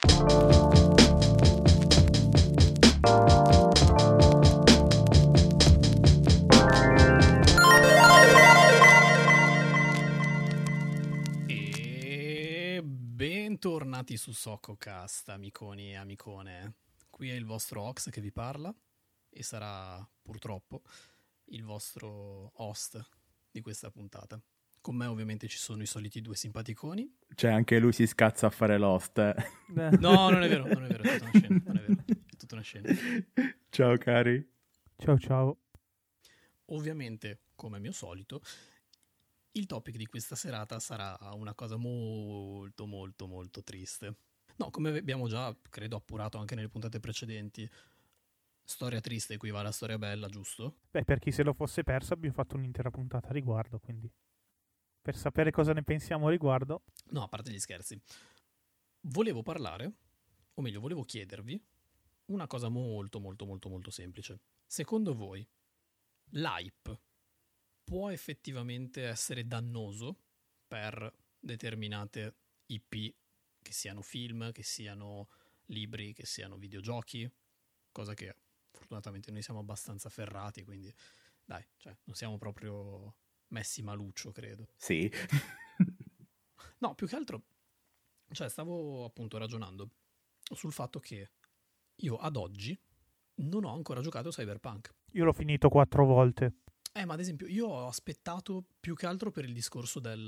E bentornati su Soccocast, amiconi e amicone. Qui è il vostro Ox che vi parla e sarà purtroppo il vostro host di questa puntata. Con me ovviamente ci sono i soliti due simpaticoni. Cioè anche lui si scazza a fare l'host. No, non è vero, è tutta una scena, non è vero, è tutta una scena. Ciao cari. Ciao. Ovviamente, come mio solito, il topic di questa serata sarà una cosa molto molto molto triste. No, come abbiamo già, credo, appurato anche nelle puntate precedenti, storia triste equivale a storia bella, giusto? Beh, per chi se lo fosse perso abbiamo fatto un'intera puntata a riguardo, quindi per sapere cosa ne pensiamo a riguardo. No, a parte gli scherzi. Volevo parlare, o meglio, volevo chiedervi una cosa molto molto molto molto semplice. Secondo voi l'hype può effettivamente essere dannoso per determinate IP, che siano film, che siano libri, che siano videogiochi? Cosa che fortunatamente noi siamo abbastanza ferrati, quindi dai, cioè, non siamo proprio messi maluccio, credo. Sì. No, più che altro, cioè, stavo appunto ragionando sul fatto che io ad oggi non ho ancora giocato Cyberpunk. Io l'ho finito 4 volte. Ma ad esempio io ho aspettato più che altro per il discorso del...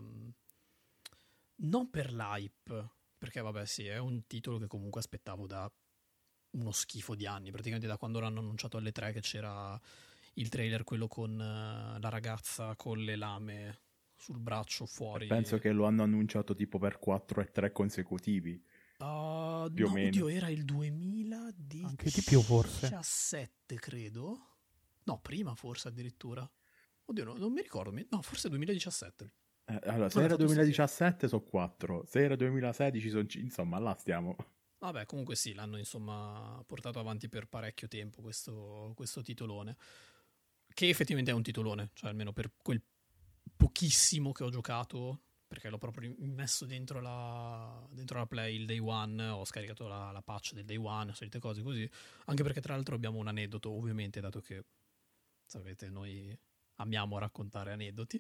non per l'hype, perché vabbè sì, è un titolo che comunque aspettavo da uno schifo di anni, praticamente da quando l'hanno annunciato alle 3 che c'era il trailer, quello con la ragazza con le lame sul braccio fuori. Penso che lo hanno annunciato tipo per 4 e 3 consecutivi. Più o meno. Oddio, era il 2017, Anche di più, forse. credo. No, prima forse addirittura. Oddio, non mi ricordo. No, forse 2017. Allora, se era 2017 sono 4, se era 2016 sono 5, insomma, là stiamo. Vabbè, comunque sì, l'hanno insomma portato avanti per parecchio tempo questo titolone. Che effettivamente è un titolone, cioè almeno per quel pochissimo che ho giocato, perché l'ho proprio messo dentro la Play il day one, ho scaricato la patch del day one, solite cose così, anche perché tra l'altro abbiamo un aneddoto, ovviamente, dato che, sapete, noi amiamo raccontare aneddoti.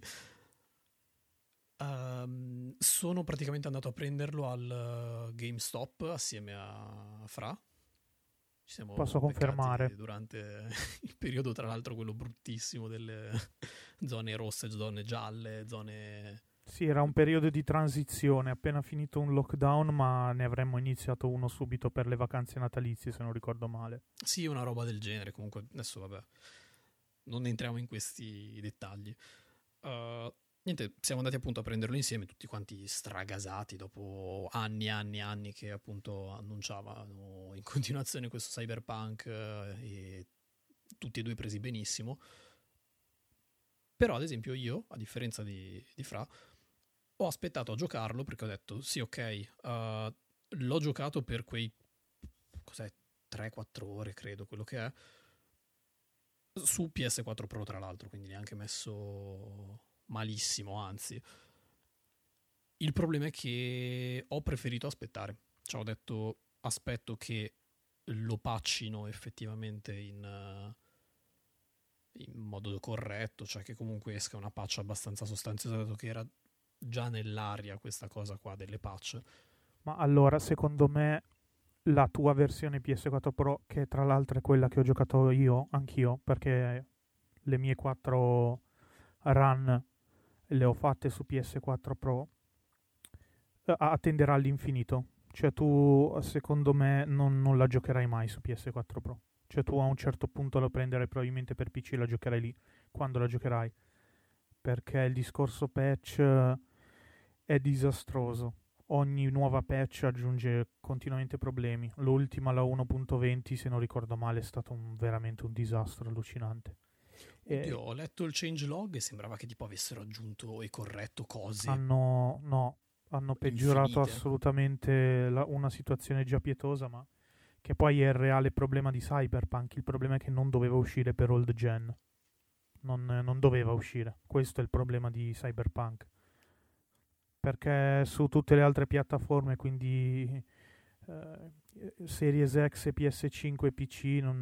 Sono praticamente andato a prenderlo al GameStop assieme a Fra. Ci siamo Posso confermare durante il periodo, tra l'altro, quello bruttissimo delle zone rosse, zone gialle, zone... Sì, era un periodo di transizione, appena finito un lockdown, ma ne avremmo iniziato uno subito per le vacanze natalizie, se non ricordo male. Sì, una roba del genere. Comunque, adesso vabbè, non entriamo in questi dettagli. Niente, siamo andati appunto a prenderlo insieme, tutti quanti stragasati dopo anni che appunto annunciavano in continuazione questo Cyberpunk, e tutti e due presi benissimo. Però ad esempio io, a differenza di Fra, ho aspettato a giocarlo perché ho detto sì, ok, l'ho giocato per quei 3-4 ore, credo, quello che è, su PS4 Pro tra l'altro, quindi neanche messo malissimo, anzi. Il problema è che ho preferito aspettare, cioè ho detto aspetto che lo patchino effettivamente in modo corretto, cioè che comunque esca una patch abbastanza sostanziosa, dato che era già nell'aria questa cosa qua delle patch. Ma allora, secondo me, la tua versione PS4 Pro, che tra l'altro è quella che ho giocato io, anch'io, perché le mie 4 run le ho fatte su PS4 Pro, attenderà all'infinito. Cioè tu, secondo me, non la giocherai mai su PS4 Pro. Cioè tu a un certo punto la prenderai probabilmente per PC e la giocherai lì, quando la giocherai. Perché il discorso patch è disastroso. Ogni nuova patch aggiunge continuamente problemi. L'ultima, la 1.20, se non ricordo male, è stato veramente un disastro allucinante. Oddio, ho letto il changelog e sembrava che tipo avessero aggiunto e corretto cose. Hanno peggiorato infinite. assolutamente una situazione già pietosa, ma che poi è il reale problema di Cyberpunk. Il problema è che non doveva uscire per old gen. Non doveva uscire. Questo è il problema di Cyberpunk. Perché su tutte le altre piattaforme, quindi Series X e PS5 e PC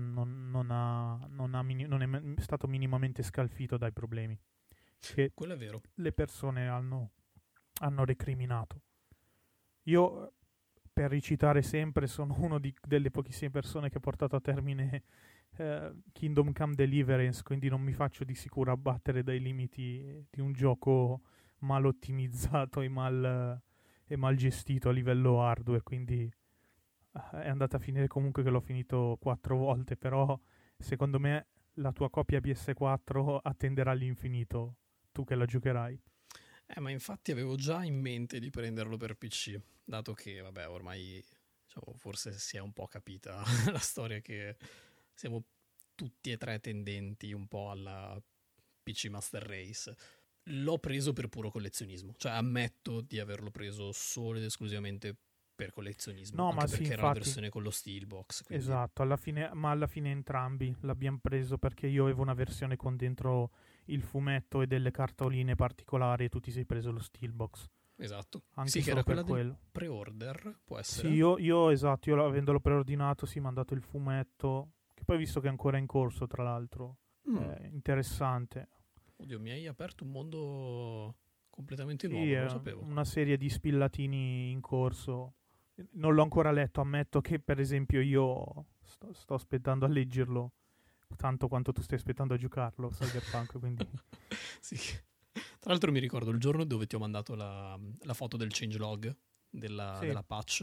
non è stato minimamente scalfito dai problemi che Quello è vero. le persone hanno recriminato. Io, per ricitare sempre, sono uno delle pochissime persone che ha portato a termine Kingdom Come Deliverance, quindi non mi faccio di sicuro abbattere dai limiti di un gioco mal ottimizzato e mal gestito a livello hardware, quindi è andata a finire comunque che l'ho finito 4 volte, però secondo me la tua copia PS4 attenderà all'infinito, tu che la giocherai. Ma infatti avevo già in mente di prenderlo per PC, dato che, vabbè, ormai diciamo, forse si è un po' capita la storia che siamo tutti e tre tendenti un po' alla PC Master Race. L'ho preso per puro collezionismo, cioè ammetto di averlo preso solo ed esclusivamente per collezionismo, No, anche ma perché sì, era la infatti, versione con lo steelbox. Quindi... esatto, alla fine entrambi l'abbiamo preso perché io avevo una versione con dentro il fumetto e delle cartoline particolari e tu ti sei preso lo steelbox. Esatto. Anche sì, che solo era per quella quello. del pre-order, può essere? Sì, io esatto, io avendolo preordinato, sì, mi ha mandato il fumetto, che poi visto che è ancora in corso, tra l'altro, è interessante. Oddio, mi hai aperto un mondo completamente Sì, nuovo, non è lo sapevo. una serie di spillatini in corso. Non l'ho ancora letto, ammetto che per esempio io sto aspettando a leggerlo tanto quanto tu stai aspettando a giocarlo, Cyberpunk, quindi... Sì. Tra l'altro mi ricordo il giorno dove ti ho mandato la foto del changelog della patch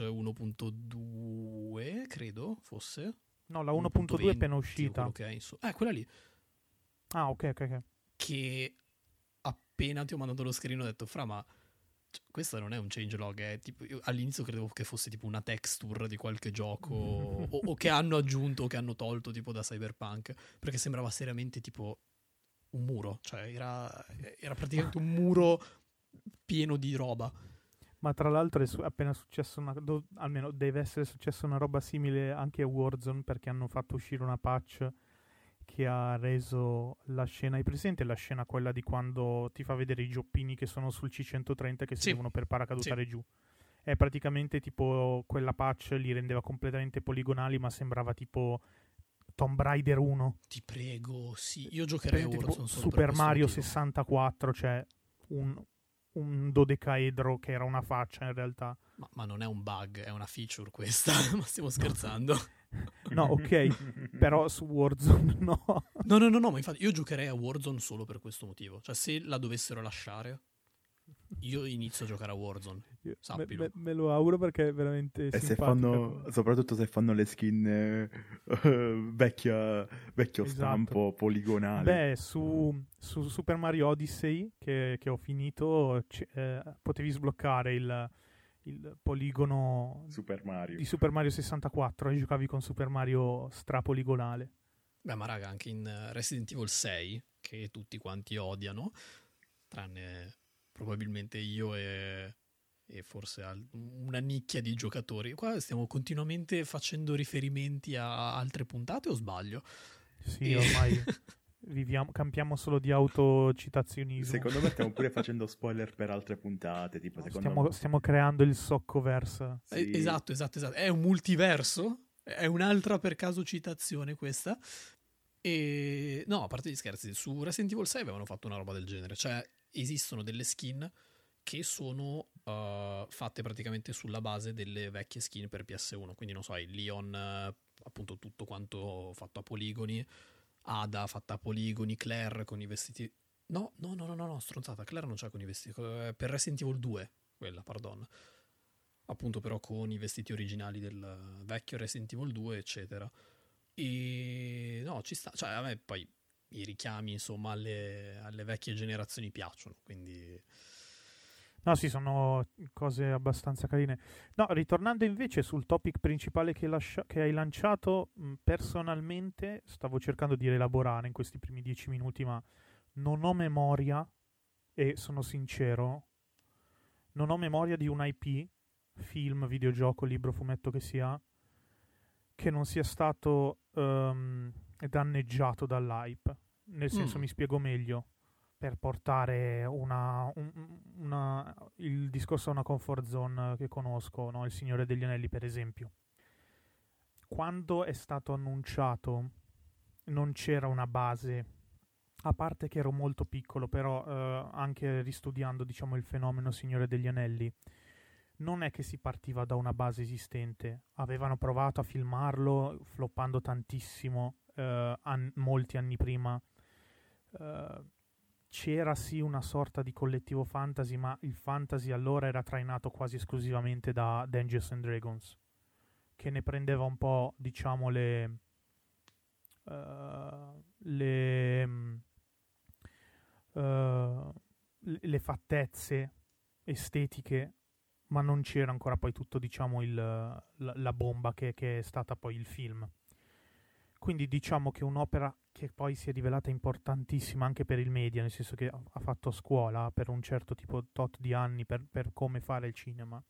1.2, credo fosse. No, la 1.2 è appena uscita. Quella lì. Ah, ok. Che appena ti ho mandato lo screen ho detto, fra, ma questo non è un changelog, è tipo, io all'inizio credevo che fosse tipo una texture di qualche gioco o che hanno aggiunto o che hanno tolto tipo da Cyberpunk, perché sembrava seriamente tipo un muro, cioè era praticamente un muro pieno di roba. Ma tra l'altro è appena successo almeno deve essere successa una roba simile anche a Warzone, perché hanno fatto uscire una patch che ha reso la scena, hai presente la scena quella di quando ti fa vedere i gioppini che sono sul C130 che si devono per paracadutare giù? È praticamente tipo quella patch li rendeva completamente poligonali, ma sembrava tipo Tomb Raider 1. Ti prego, sì, io giocherei a Warzone solo Super per Mario motivo. 64, cioè un dodecaedro che era una faccia in realtà. Ma non è un bug, è una feature questa, ma stiamo scherzando. No, ok, però su Warzone no. No, ma infatti io giocherei a Warzone solo per questo motivo. Cioè, se la dovessero lasciare, io inizio a giocare a Warzone, sappilo. Me lo auguro perché è veramente simpatica. Soprattutto se fanno le skin vecchio esatto. Stampo poligonale. Beh, su Super Mario Odyssey, che ho finito, potevi sbloccare il poligono Super Mario. di Super Mario 64 e giocavi con Super Mario strapoligonale. Beh, ma raga, anche in Resident Evil 6, che tutti quanti odiano, tranne probabilmente io e forse una nicchia di giocatori. Qua stiamo continuamente facendo riferimenti a altre puntate, o sbaglio? Sì, ormai campiamo solo di autocitazionismo. Secondo me stiamo pure facendo spoiler per altre puntate. Tipo, stiamo creando il Soccoverse. Sì. Esatto. È un multiverso? È un'altra per caso citazione questa? E no, a parte gli scherzi, su Resident Evil 6 avevano fatto una roba del genere. Cioè, esistono delle skin che sono fatte praticamente sulla base delle vecchie skin per PS1. Quindi non so, il Leon, appunto tutto quanto fatto a poligoni, Ada fatta a poligoni, Claire con i vestiti... No, stronzata, Claire non c'è con i vestiti... per Resident Evil 2, quella, pardon. Appunto però con i vestiti originali del vecchio Resident Evil 2, eccetera. E no, ci sta... Cioè, a me poi i richiami, insomma, alle vecchie generazioni piacciono, quindi... No, sì, sono cose abbastanza carine. No, ritornando invece sul topic principale che hai lanciato, personalmente stavo cercando di elaborare in questi primi 10 minuti, ma non ho memoria, e sono sincero, non ho memoria di un IP, film, videogioco, libro, fumetto che sia, che non sia stato danneggiato dall'hype. Nel senso, mi spiego meglio. per portare il discorso a una comfort zone che conosco, no? Il Signore degli Anelli, per esempio. Quando è stato annunciato non c'era una base, a parte che ero molto piccolo, però anche ristudiando, diciamo, il fenomeno Signore degli Anelli, non è che si partiva da una base esistente. Avevano provato a filmarlo, floppando tantissimo molti anni prima. C'era sì una sorta di collettivo fantasy, ma il fantasy allora era trainato quasi esclusivamente da Dungeons and Dragons, che ne prendeva un po', diciamo, le fattezze estetiche, ma non c'era ancora poi tutto, diciamo, la bomba che è stata poi il film. Quindi diciamo che un'opera che poi si è rivelata importantissima anche per il media, nel senso che ha fatto scuola per un certo tipo tot di anni per come fare il cinema.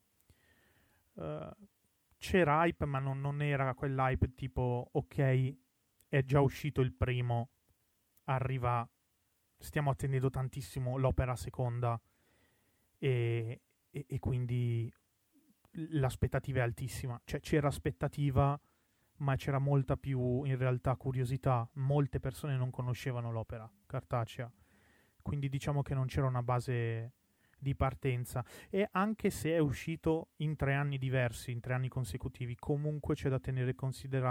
C'era hype, ma non era quell'hype tipo ok, è già uscito il primo, arriva, stiamo attendendo tantissimo l'opera seconda e quindi l'aspettativa è altissima. Cioè c'era aspettativa, ma c'era molta più in realtà curiosità. Molte persone non conoscevano l'opera cartacea, quindi diciamo che non c'era una base di partenza. E anche se è uscito in 3 anni diversi, in 3 anni consecutivi, comunque c'è da tenere in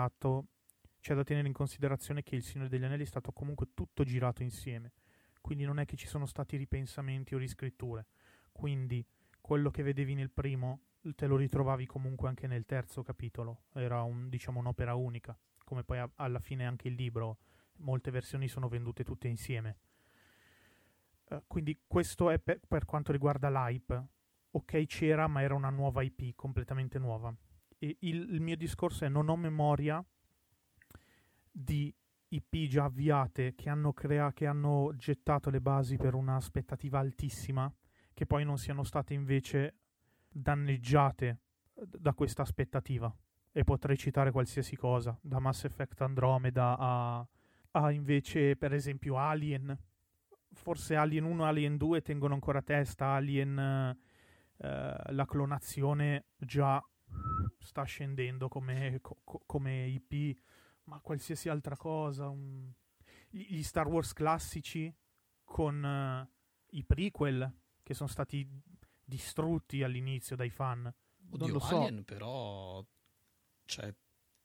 considerazione che Il Signore degli Anelli è stato comunque tutto girato insieme, quindi non è che ci sono stati ripensamenti o riscritture. Quindi quello che vedevi nel primo te lo ritrovavi comunque anche nel terzo capitolo. Era un'opera unica, come poi alla fine anche il libro. Molte versioni sono vendute tutte insieme. Quindi questo è per quanto riguarda l'hype. Ok, c'era, ma era una nuova IP completamente nuova. E il mio discorso è: non ho memoria di IP già avviate che hanno gettato le basi per un'aspettativa altissima, che poi non siano state invece danneggiate da questa aspettativa. E potrei citare qualsiasi cosa, da Mass Effect Andromeda a invece, per esempio, Alien. Forse Alien 1 e Alien 2 tengono ancora testa. Alien, la clonazione già sta scendendo come IP, ma qualsiasi altra cosa. Gli Star Wars classici con i prequel che sono stati distrutti all'inizio dai fan. Oddio, non lo so. Alien però, cioè,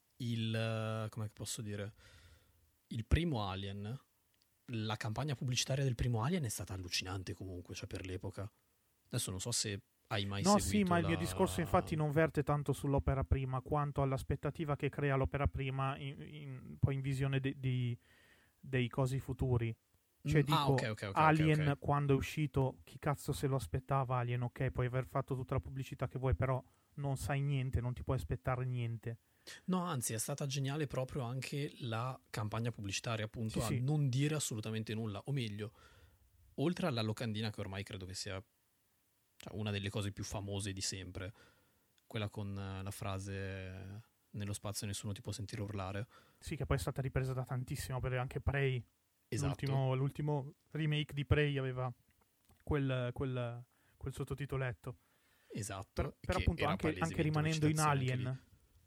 come posso dire, il primo Alien, la campagna pubblicitaria del primo Alien è stata allucinante comunque, cioè, per l'epoca. Adesso non so se hai mai seguito. No, sì, ma il mio discorso infatti non verte tanto sull'opera prima quanto all'aspettativa che crea l'opera prima poi in visione dei cosi futuri. Cioè dico, okay, Alien quando è uscito, chi cazzo se lo aspettava Alien? Ok, puoi aver fatto tutta la pubblicità che vuoi, però non sai niente, non ti puoi aspettare niente. No, anzi, è stata geniale proprio anche la campagna pubblicitaria, appunto, Sì. non dire assolutamente nulla. O meglio, oltre alla locandina, che ormai credo che sia, cioè, una delle cose più famose di sempre, quella con la frase "nello spazio nessuno ti può sentire urlare". Sì, che poi è stata ripresa da tantissimo, perché anche Prey, Esatto. l'ultimo remake di Prey aveva quel sottotitoletto. Esatto. Però appunto anche rimanendo in Alien,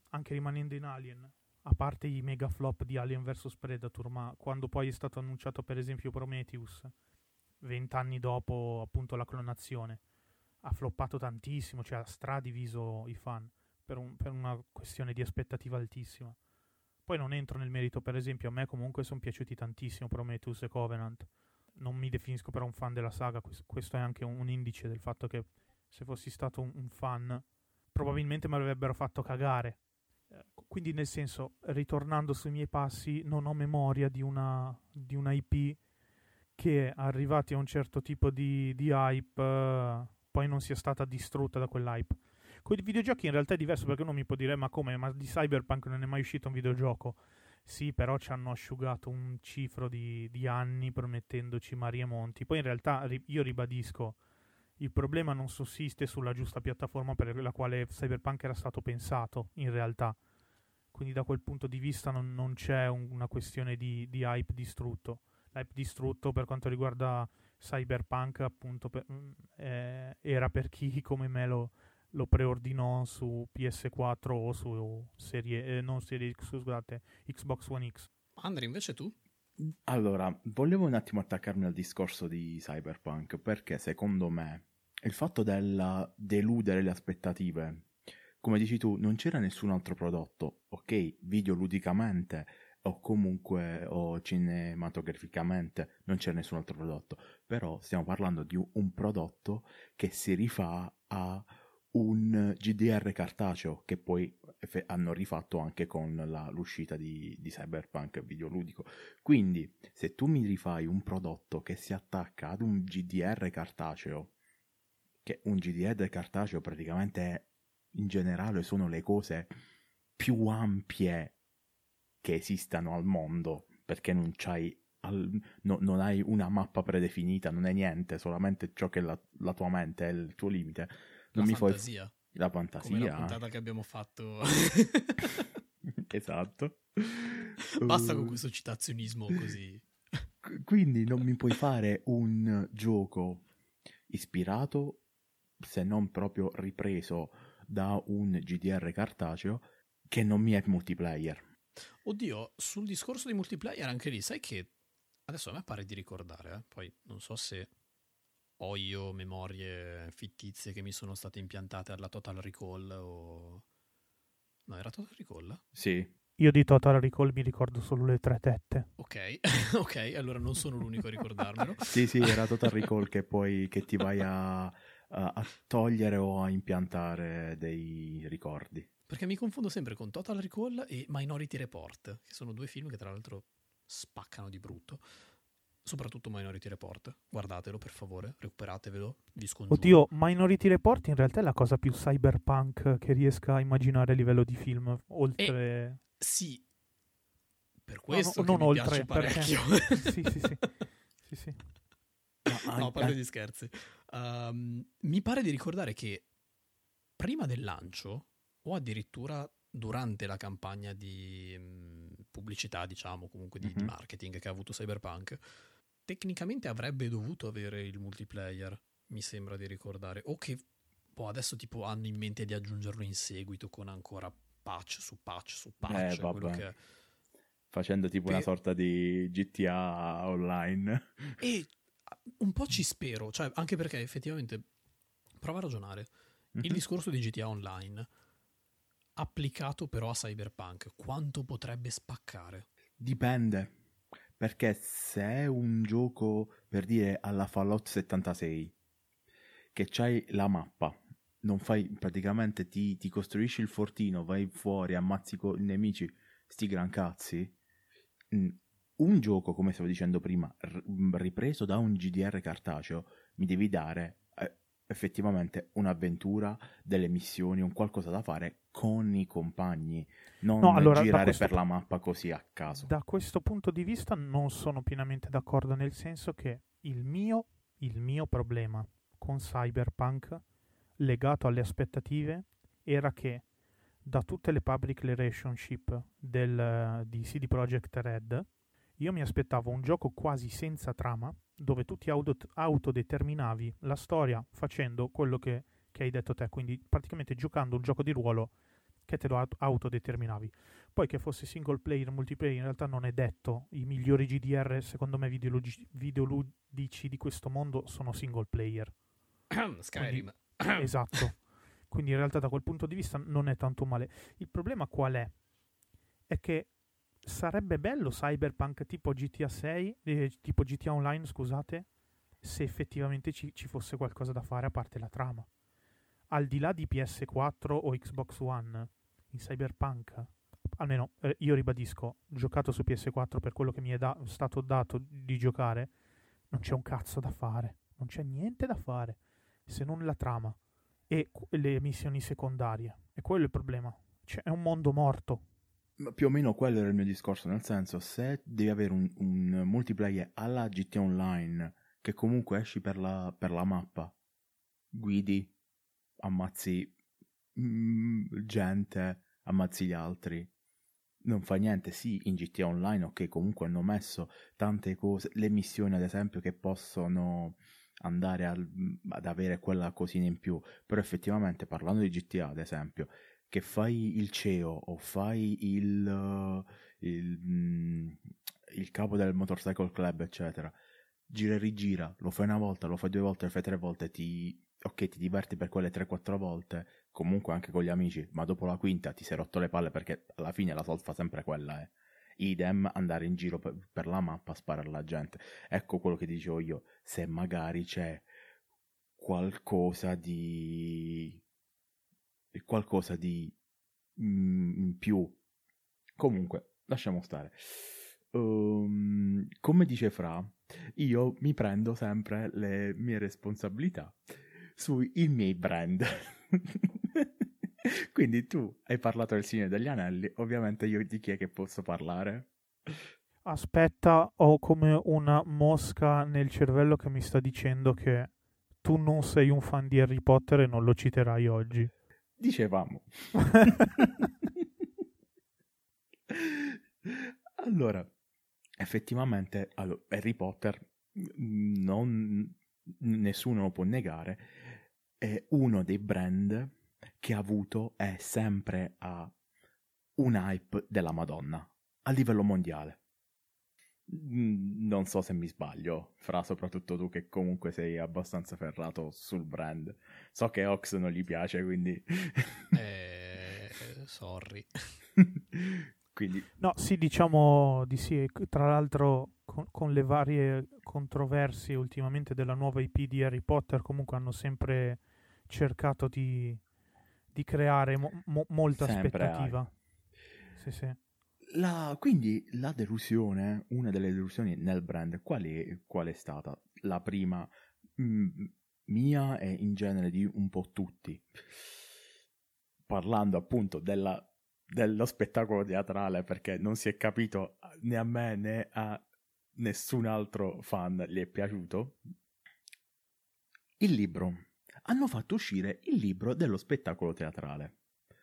a parte i mega flop di Alien vs Predator, ma quando poi è stato annunciato per esempio Prometheus 20 anni dopo appunto la clonazione, ha floppato tantissimo, cioè ha stradiviso i fan per una questione di aspettativa altissima. Poi non entro nel merito, per esempio a me comunque sono piaciuti tantissimo Prometheus e Covenant. Non mi definisco però un fan della saga, questo è anche un indice del fatto che se fossi stato un fan probabilmente mi avrebbero fatto cagare. Quindi nel senso, ritornando sui miei passi, non ho memoria di una IP che arrivati a un certo tipo di hype poi non sia stata distrutta da quell'hype. Con i videogiochi in realtà è diverso, perché uno mi può dire: ma come? Ma di Cyberpunk non è mai uscito un videogioco? Sì, però ci hanno asciugato un cifro di anni promettendoci mari e monti. Poi in realtà io ribadisco, il problema non sussiste sulla giusta piattaforma per la quale Cyberpunk era stato pensato, in realtà. Quindi da quel punto di vista non c'è una questione di hype distrutto. L'hype distrutto per quanto riguarda Cyberpunk appunto era per chi come me lo preordinò su PS4 o su non serie X, scusate, Xbox One X. Andrea, invece tu? Allora, volevo un attimo attaccarmi al discorso di Cyberpunk, perché secondo me il fatto del deludere le aspettative, come dici tu, non c'era nessun altro prodotto, ok, videoludicamente o comunque o cinematograficamente non c'era nessun altro prodotto, però stiamo parlando di un prodotto che si rifà a un GDR cartaceo che poi hanno rifatto anche con l'uscita di Cyberpunk videoludico. Quindi se tu mi rifai un prodotto che si attacca ad un GDR cartaceo, che un GDR cartaceo praticamente è, in generale sono le cose più ampie che esistano al mondo, perché non c'hai non hai una mappa predefinita, non è niente, solamente ciò che la tua mente è il tuo limite. Non La mi fantasia. La fantasia. Come la puntata che abbiamo fatto. Esatto. Basta con questo citazionismo così. Quindi non mi puoi fare un gioco ispirato, se non proprio ripreso da un GDR cartaceo, che non mi è multiplayer. Oddio, sul discorso di multiplayer anche lì, sai che adesso a me pare di ricordare, poi non so se ho io memorie fittizie che mi sono state impiantate alla Total Recall o... No, era Total Recall? Sì. Io di Total Recall mi ricordo solo le 3 tette. Ok, ok, allora non sono l'unico a ricordarmelo. Sì, era Total Recall che poi che ti vai a togliere o a impiantare dei ricordi. Perché mi confondo sempre con Total Recall e Minority Report, che sono due film che tra l'altro spaccano di brutto. Soprattutto Minority Report. Guardatelo, per favore, recuperatevelo, vi scongiuro. Oddio, Minority Report in realtà è la cosa più cyberpunk che riesca a immaginare a livello di film, oltre... Sì, per questo non che mi oltre, piace parecchio. Sì. No, a parte di scherzi. Mi pare di ricordare che prima del lancio, o addirittura durante la campagna di pubblicità, diciamo, comunque di marketing che ha avuto Cyberpunk, tecnicamente avrebbe dovuto avere il multiplayer, mi sembra di ricordare. O che adesso tipo hanno in mente di aggiungerlo in seguito con ancora patch su patch. Quello che... Facendo tipo una sorta di GTA online. E un po' ci spero, cioè anche perché effettivamente prova a ragionare. Il discorso di GTA Online applicato però a Cyberpunk, quanto potrebbe spaccare? Dipende, perché se è un gioco, per dire, alla Fallout 76, che c'hai la mappa, non fai, praticamente ti costruisci il fortino, vai fuori, ammazzi i nemici, sti gran cazzi, un gioco, come stavo dicendo prima, ripreso da un GDR cartaceo, mi devi dare effettivamente un'avventura, delle missioni, un qualcosa da fare con i compagni, non girare per la mappa così a caso. Da questo punto di vista non sono pienamente d'accordo, nel senso che il mio problema con Cyberpunk, legato alle aspettative, era che da tutte le public relationship di CD Projekt Red, io mi aspettavo un gioco quasi senza trama, dove tu ti autodeterminavi la storia facendo quello che hai detto te, quindi praticamente giocando un gioco di ruolo che te lo autodeterminavi. Poi che fosse single player, multiplayer, in realtà non è detto. I migliori GDR, secondo me, videoludici di questo mondo sono single player. Skyrim. Quindi, esatto. Quindi in realtà da quel punto di vista non è tanto male. Il problema qual è? È che sarebbe bello Cyberpunk tipo GTA 6, tipo GTA Online, scusate, se effettivamente ci fosse qualcosa da fare a parte la trama. Al di là di PS4 o Xbox One, in Cyberpunk, almeno io ribadisco, giocato su PS4 per quello che mi è stato dato di giocare, non c'è un cazzo da fare, non c'è niente da fare, se non la trama e le missioni secondarie. E quello è il problema, è un mondo morto. Più o meno quello era il mio discorso, nel senso, se devi avere un multiplayer alla GTA Online, che comunque esci per la mappa, guidi, ammazzi gente, ammazzi gli altri, non fa niente. Sì, in GTA Online, ok, comunque hanno messo tante cose, le missioni ad esempio che possono andare ad avere quella cosina in più, però effettivamente parlando di GTA ad esempio, che fai il CEO o fai il capo del Motorcycle Club eccetera, gira e rigira, lo fai una volta, lo fai 2 volte, lo fai 3 volte, ok, ti diverti per quelle 3-4 volte, comunque anche con gli amici, ma dopo la quinta ti sei rotto le palle perché alla fine la solfa sempre quella è. Idem andare in giro per la mappa a sparare alla gente. Ecco quello che dicevo io, se magari c'è qualcosa di in più. Comunque, lasciamo stare. Come dice Fra, io mi prendo sempre le mie responsabilità sui miei brand. Quindi tu hai parlato del Signore degli Anelli, ovviamente io di chi è che posso parlare? Aspetta, ho come una mosca nel cervello che mi sta dicendo che tu non sei un fan di Harry Potter e non lo citerai oggi. Dicevamo. Allora, effettivamente, Harry Potter, nessuno lo può negare, è uno dei brand che ha avuto e sempre ha un hype della Madonna a livello mondiale. Non so se mi sbaglio, Fra, soprattutto tu che comunque sei abbastanza ferrato sul brand. So che Ox non gli piace, quindi... Sorry. Quindi... No, sì, diciamo di sì. Tra l'altro con le varie controversie ultimamente della nuova IP di Harry Potter, comunque hanno sempre cercato di creare molta sempre aspettativa. Sì, sì. Quindi la delusione, una delle delusioni nel brand, qual è stata? La prima mia e in genere di un po' tutti. Parlando appunto dello spettacolo teatrale, perché non si è capito né a me né a nessun altro fan gli è piaciuto. Il libro. Hanno fatto uscire il libro dello spettacolo teatrale.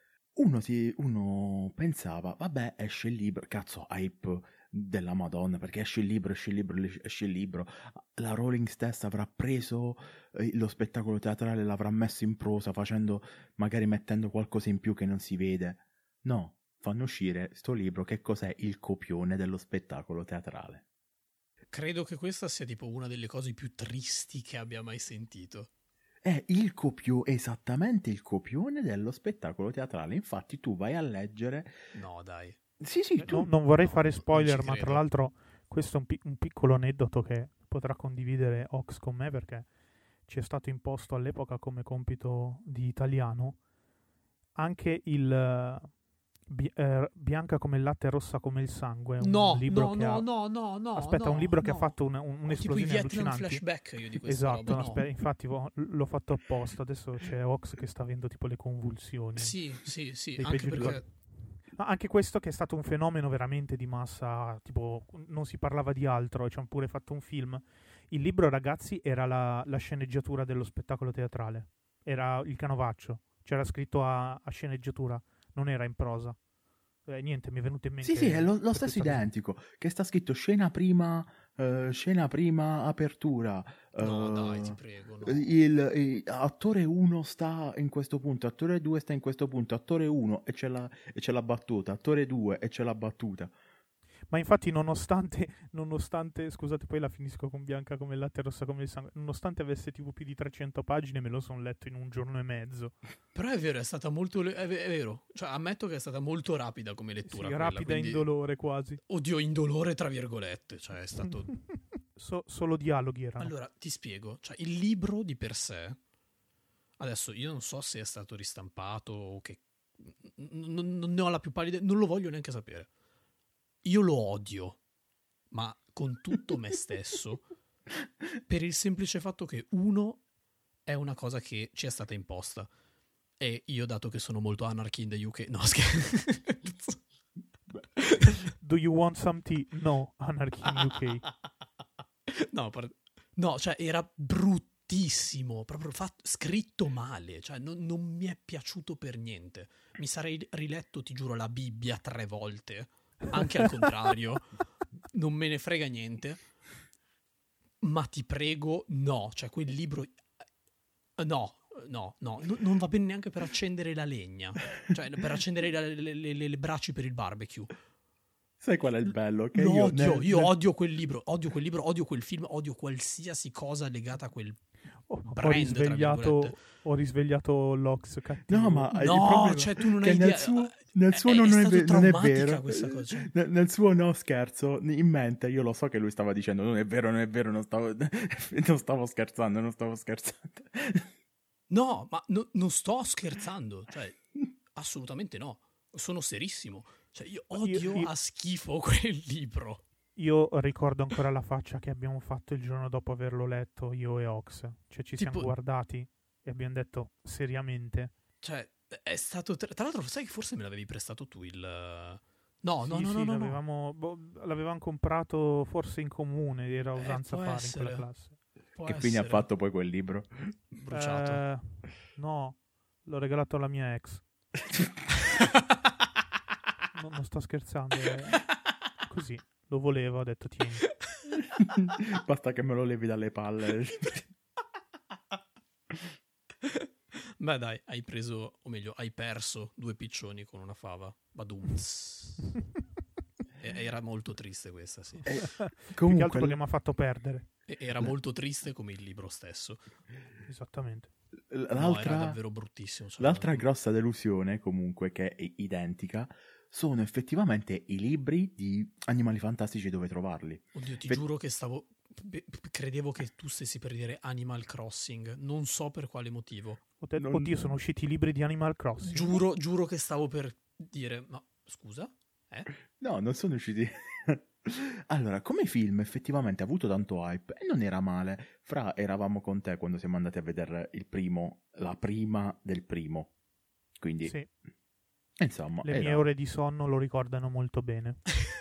Uno pensava, vabbè, esce il libro, cazzo, hype della Madonna, perché esce il libro. La Rowling stessa avrà preso lo spettacolo teatrale, l'avrà messo in prosa, magari mettendo qualcosa in più che non si vede. No, fanno uscire sto libro, che cos'è? Il copione dello spettacolo teatrale. Credo che questa sia tipo una delle cose più tristi che abbia mai sentito. È esattamente il copione dello spettacolo teatrale. Infatti tu vai a leggere... No, dai. Sì, tu... non vorrei fare spoiler, ma tra l'altro questo è un piccolo aneddoto che potrà condividere Ox con me, perché ci è stato imposto all'epoca come compito di italiano anche il Bianca come il latte, rossa come il sangue. Un libro no. Aspetta, un libro che ha fatto un'esplosione tipo i Vietnam allucinante. Flashback io di questa esatto, roba, no. Infatti l'ho fatto apposta. Adesso c'è Ox che sta avendo tipo le convulsioni. Sì, anche perché... Anche questo che è stato un fenomeno veramente di massa, tipo non si parlava di altro, ci hanno pure fatto un film. Il libro, ragazzi, era la sceneggiatura dello spettacolo teatrale. Era il canovaccio, c'era scritto a sceneggiatura, non era in prosa. Niente, mi è venuto in mente... Sì, è lo stesso identico, che sta scritto scena prima, apertura. No, dai, ti prego. No. Attore 1 sta in questo punto, attore 2 sta in questo punto, attore 1 e c'è la battuta, attore 2 e c'è la battuta. Ma infatti nonostante, scusate, poi la finisco con Bianca come il latte, rossa come il sangue, nonostante avesse tipo più di 300 pagine, me lo sono letto in un giorno e mezzo. Però è vero, è stata molto... È vero, cioè ammetto che è stata molto rapida come lettura. Sì, quella, rapida quindi... indolore quasi. Oddio, indolore tra virgolette, cioè è stato... solo dialoghi erano. Allora, ti spiego, cioè il libro di per sé, adesso io non so se è stato ristampato o che... Non ne ho la più pallida, non lo voglio neanche sapere. Io lo odio, ma con tutto me stesso, per il semplice fatto che uno è una cosa che ci è stata imposta e io, dato che sono molto anarchy in the UK, no scherzo. Do you want some tea? No, anarchy in UK. No, cioè era brutto, bruttissimo, proprio scritto male, cioè non mi è piaciuto per niente. Mi sarei riletto, ti giuro, la Bibbia 3 volte, anche al contrario, non me ne frega niente, ma ti prego, no, cioè quel libro, no, non va bene neanche per accendere la legna, cioè per accendere le braci per il barbecue. Sai qual è il bello? Che io odio quel libro, odio quel film, odio qualsiasi cosa legata a quel brand. Ho risvegliato l'Ox cattivo. No, ma cioè tu non hai idea. Nel suo non è vero. Questa cosa, cioè. Nel suo no, scherzo, in mente io lo so che lui stava dicendo non è vero, non stavo scherzando. No, ma non sto scherzando, cioè assolutamente no, sono serissimo. Cioè, io odio a schifo quel libro. Io ricordo ancora la faccia che abbiamo fatto il giorno dopo averlo letto, io e Ox. Cioè, ci siamo guardati e abbiamo detto, seriamente? Cioè, è stato... Tra l'altro, sai che forse me l'avevi prestato tu il... No. L'avevamo comprato forse in comune, era usanza fare in quella classe. Che fine ha fatto poi quel libro? Bruciato. No, l'ho regalato alla mia ex. Non sto scherzando, così lo volevo, ho detto tieni. Basta che me lo levi dalle palle. Beh dai, hai preso, o meglio hai perso 2 piccioni con una fava. Badumts. Era molto triste questa, sì. Più che altro perché mi ha fatto perdere. Era molto triste come il libro stesso. Esattamente. Era davvero bruttissimo. Cioè, l'altra grossa delusione, comunque, che è identica, sono effettivamente i libri di Animali Fantastici e dove trovarli. Oddio, ti giuro che credevo che tu stessi per dire Animal Crossing. Non so per quale motivo. Oddio, sono usciti i libri di Animal Crossing. Giuro che stavo per dire, ma scusa? No, non sono usciti. Allora, come film effettivamente ha avuto tanto hype e non era male. Eravamo con te quando siamo andati a vedere il primo, la prima del primo. Quindi, sì. Insomma, le mie ore di sonno lo ricordano molto bene.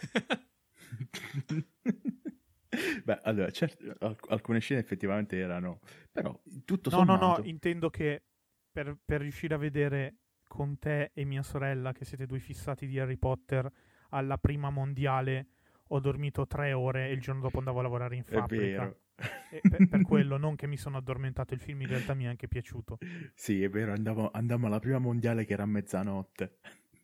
Beh, allora, certo, alcune scene effettivamente erano, però tutto sommato... No, intendo che per riuscire a vedere con te e mia sorella, che siete 2 fissati di Harry Potter, alla prima mondiale ho dormito 3 ore e il giorno dopo andavo a lavorare in fabbrica. È vero. E per quello, non che mi sono addormentato, il film in realtà mi è anche piaciuto. Sì, è vero, andammo alla prima mondiale che era a mezzanotte.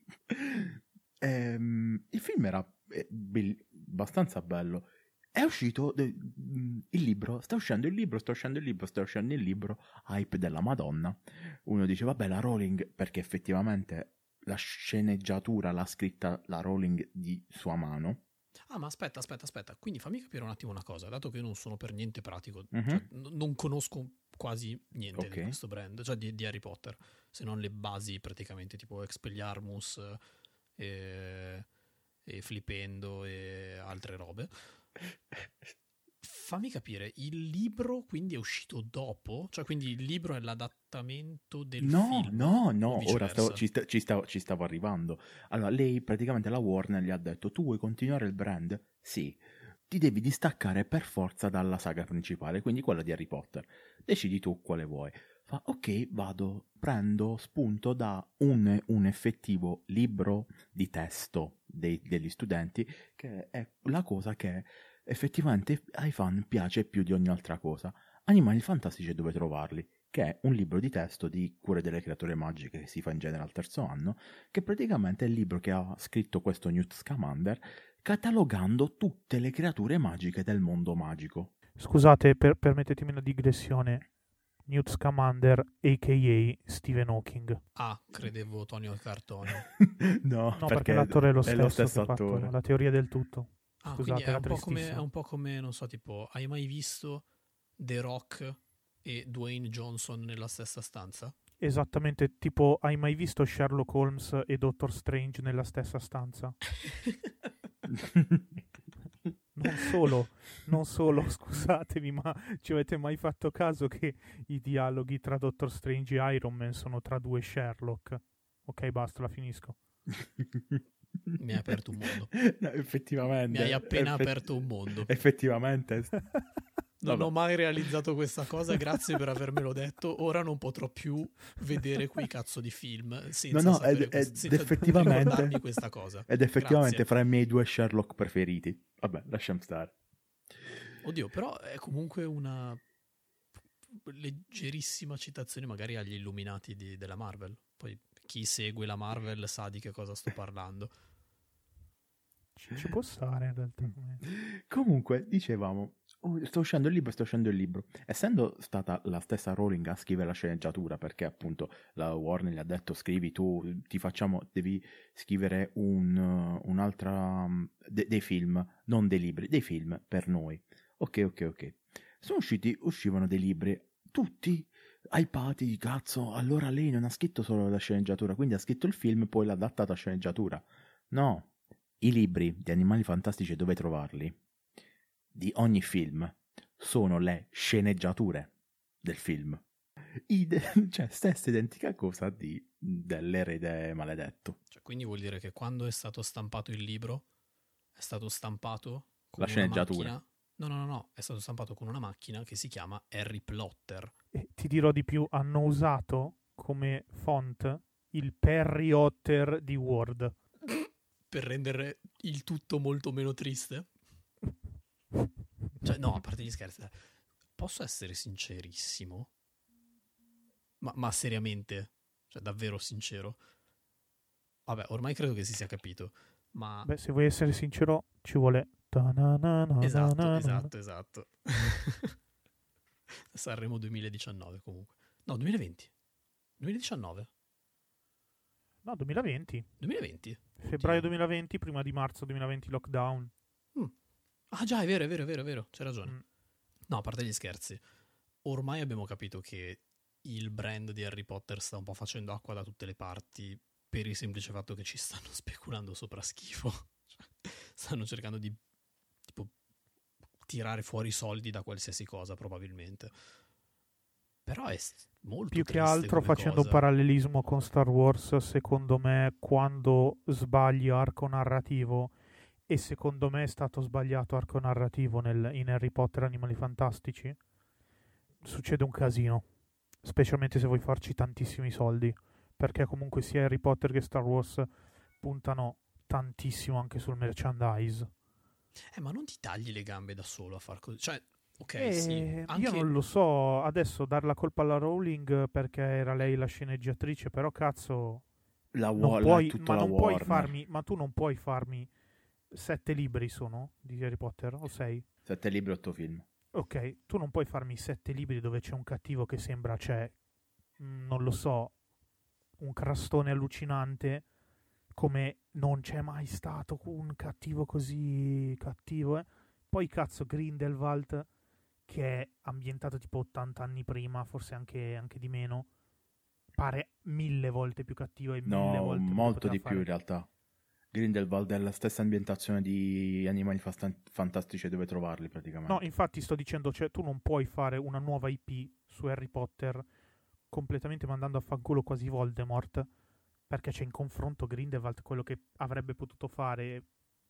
Il film era abbastanza bello. È uscito il libro, sta uscendo il libro, hype della Madonna. Uno dice, vabbè, la Rowling, perché effettivamente la sceneggiatura l'ha scritta la Rowling di sua mano. Ah, ma aspetta, quindi fammi capire un attimo una cosa, dato che io non sono per niente pratico, cioè, non conosco quasi niente di questo brand, cioè di Harry Potter, se non le basi praticamente, tipo Expelliarmus e Flipendo e altre robe. Fammi capire, il libro quindi è uscito dopo? Cioè quindi il libro è l'adattamento del film? No, ora ci stavo arrivando. Allora, lei praticamente, la Warner gli ha detto, tu vuoi continuare il brand? Sì, ti devi distaccare per forza dalla saga principale, quindi quella di Harry Potter. Decidi tu quale vuoi. Fa, ok, prendo spunto da un effettivo libro di testo degli studenti, che è la cosa che effettivamente ai fan piace più di ogni altra cosa. Animali Fantastici e dove trovarli, che è un libro di testo di Cure delle creature magiche che si fa in genere al 3° anno, che praticamente è il libro che ha scritto questo Newt Scamander, catalogando tutte le creature magiche del mondo magico. Scusate, permettetemi una digressione. Newt Scamander, a.k.a. Stephen Hawking. Ah, credevo Tonio Cartone. No, perché l'attore è lo stesso attore. Fatto la teoria del tutto. Ah, scusate, quindi è un po' come, non so, tipo, hai mai visto The Rock e Dwayne Johnson nella stessa stanza? Esattamente, tipo, hai mai visto Sherlock Holmes e Doctor Strange nella stessa stanza? Non solo, scusatemi, ma ci avete mai fatto caso che i dialoghi tra Doctor Strange e Iron Man sono tra 2 Sherlock? Ok, basta, la finisco. Mi hai aperto un mondo. No, effettivamente. Mi hai appena aperto un mondo. Effettivamente. Non Vabbè. ho mai realizzato questa cosa, grazie per avermelo detto. Ora non potrò più vedere quei cazzo di film senza sapere senza effettivamente ricordarmi questa cosa. ed effettivamente Grazie. fra i miei 2 Sherlock preferiti. Vabbè, lasciamo stare. Oddio, però è comunque una leggerissima citazione magari agli Illuminati della Marvel. Poi chi segue la Marvel sa di che cosa sto parlando. Ci può stare in realtà. Comunque, dicevamo, sto uscendo il libro. Essendo stata la stessa Rowling a scrivere la sceneggiatura, perché appunto la Warner gli ha detto scrivi tu, devi scrivere un'altra dei film, non dei libri, dei film per noi. Ok. Uscivano dei libri, tutti hypati, cazzo, allora lei non ha scritto solo la sceneggiatura, quindi ha scritto il film e poi l'ha adattato a sceneggiatura. No. I libri di Animali Fantastici dove trovarli? Di ogni film sono le sceneggiature del film. Cioè, stessa identica cosa dell'erede maledetto. Cioè, quindi vuol dire che quando è stato stampato il libro è stato stampato con La sceneggiatura. una macchina. No, è stato stampato con una macchina che si chiama Harry Plotter. E ti dirò di più, hanno usato come font il Perry Otter di Word. Per rendere il tutto molto meno triste? Cioè, no, a parte gli scherzi, posso essere sincerissimo? Ma seriamente? Cioè, davvero sincero? Vabbè, ormai credo che si sia capito, ma... Beh, se vuoi essere sincero, ci vuole... Esatto. Sanremo 2019 comunque. No, 2020. 2019. No, 2020. 2020? Febbraio 2020, prima di marzo 2020 lockdown. Ah già, è vero, c'hai ragione. No, a parte gli scherzi, ormai abbiamo capito che il brand di Harry Potter sta un po' facendo acqua da tutte le parti per il semplice fatto che ci stanno speculando sopra schifo. Cioè, stanno cercando di tipo tirare fuori soldi da qualsiasi cosa probabilmente. Però è molto Più che triste altro come facendo un cosa. parallelismo con Star Wars, secondo me quando sbagli arco narrativo, e secondo me è stato sbagliato arco narrativo in Harry Potter Animali Fantastici, succede un casino, specialmente se vuoi farci tantissimi soldi, perché comunque sia Harry Potter che Star Wars puntano tantissimo anche sul merchandise. Ma non ti tagli le gambe da solo a far così. Cioè, ok, sì. Anche... Io non lo so, adesso dar la colpa alla Rowling perché era lei la sceneggiatrice, però cazzo, non puoi farmi, ma tu non puoi farmi 7 libri sono di Harry Potter o 6? 7 libri, 8 film. Ok, tu non puoi farmi 7 libri dove c'è un cattivo che sembra non lo so, un crastone allucinante, come non c'è mai stato un cattivo così cattivo, eh? Poi cazzo Grindelwald, che è ambientato tipo 80 anni prima, forse anche di meno, pare 1000 volte più cattivo e 1000 volte molto di più in realtà. Grindelwald è la stessa ambientazione di Animali Fantastici dove trovarli praticamente. No, infatti sto dicendo, cioè tu non puoi fare una nuova IP su Harry Potter completamente mandando a fanculo quasi Voldemort, perché c'è in confronto Grindelwald quello che avrebbe potuto fare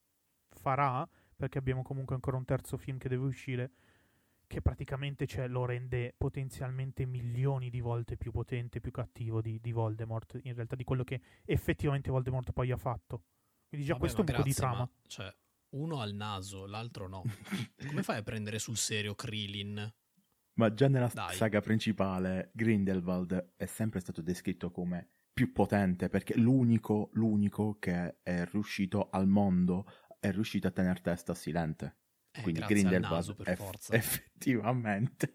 farà, perché abbiamo comunque ancora un terzo film che deve uscire, che praticamente lo rende potenzialmente milioni di volte più potente, più cattivo di Voldemort, in realtà di quello che effettivamente Voldemort poi ha fatto. Quindi già questo è un po' di trama. Cioè, uno ha il naso, l'altro no. Come fai a prendere sul serio Krillin? Ma già nella saga principale Grindelwald è sempre stato descritto come più potente, perché l'unico che è riuscito al mondo, è riuscito a tenere testa silente. Quindi Grindelwald naso, per forza. effettivamente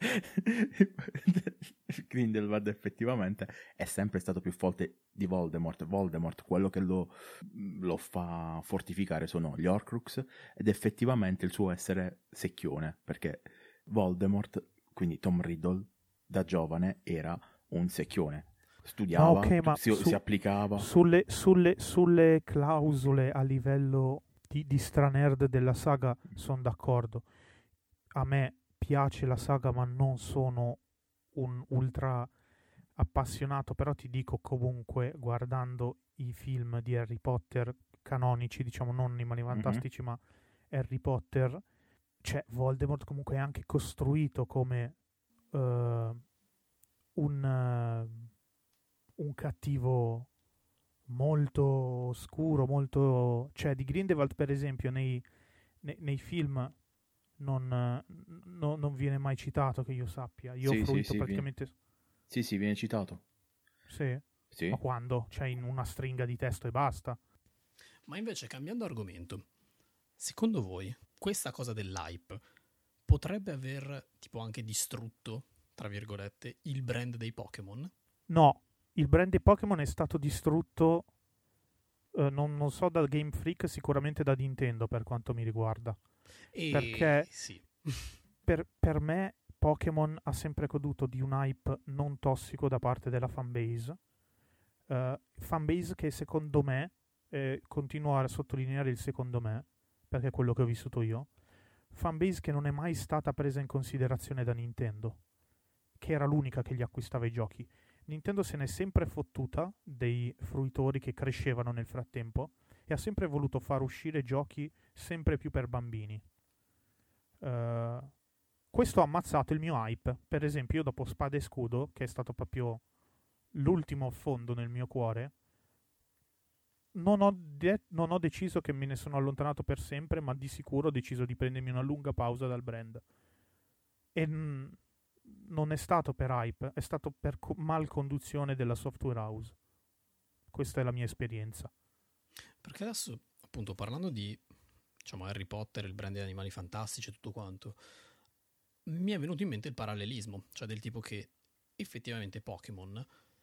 Grindelwald effettivamente è sempre stato più forte di Voldemort. Voldemort, quello che lo fa fortificare sono gli Horcrux ed effettivamente il suo essere secchione, perché Voldemort, quindi Tom Riddle, da giovane era un secchione. Studiava, si applicava. Sulle clausole a livello di stranerd della saga sono d'accordo. A me piace la saga, ma non sono un ultra appassionato, però ti dico comunque, guardando i film di Harry Potter canonici, diciamo non Animali Fantastici, ma Harry Potter, cioè, Voldemort comunque è anche costruito come un cattivo molto oscuro, molto... Cioè, di Grindelwald, per esempio, nei film non viene mai citato, che io sappia. Io ho Sì, sì, fruito sì, praticamente... sì, viene citato. Sì? Sì. Ma quando? Cioè, in una stringa di testo e basta. Ma invece, cambiando argomento, secondo voi questa cosa dell'hype potrebbe aver tipo anche distrutto, tra virgolette, il brand dei Pokémon? No, il brand di Pokémon è stato distrutto, non so, dal Game Freak, sicuramente da Nintendo per quanto mi riguarda. E Perché sì. per me Pokémon ha sempre goduto di un hype non tossico da parte della fanbase. Fanbase che secondo me, continuo a sottolineare il secondo me, perché è quello che ho vissuto io, fanbase che non è mai stata presa in considerazione da Nintendo, che era l'unica che gli acquistava i giochi. Nintendo se n'è sempre fottuta dei fruitori che crescevano nel frattempo e ha sempre voluto far uscire giochi sempre più per bambini. Questo ha ammazzato il mio hype. Per esempio, io dopo Spada e Scudo, che è stato proprio l'ultimo affondo nel mio cuore, non ho deciso che me ne sono allontanato per sempre, ma di sicuro ho deciso di prendermi una lunga pausa dal brand. E non è stato per hype, è stato per malconduzione della software house. Questa è la mia esperienza. Perché adesso, appunto, parlando di, diciamo, Harry Potter, il brand degli animali fantastici e tutto quanto, mi è venuto in mente il parallelismo, cioè del tipo che effettivamente Pokémon,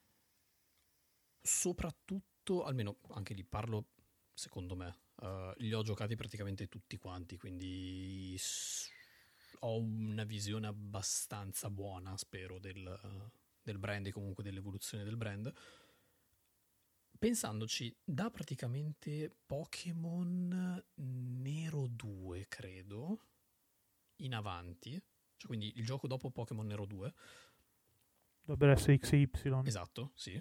soprattutto, almeno anche lì parlo secondo me, li ho giocati praticamente tutti quanti, quindi ho una visione abbastanza buona, spero, del brand e comunque dell'evoluzione del brand. Pensandoci, da praticamente Pokémon Nero 2, credo, in avanti, cioè quindi il gioco dopo Pokémon Nero 2, Dovrebbe essere X e Y. esatto, sì,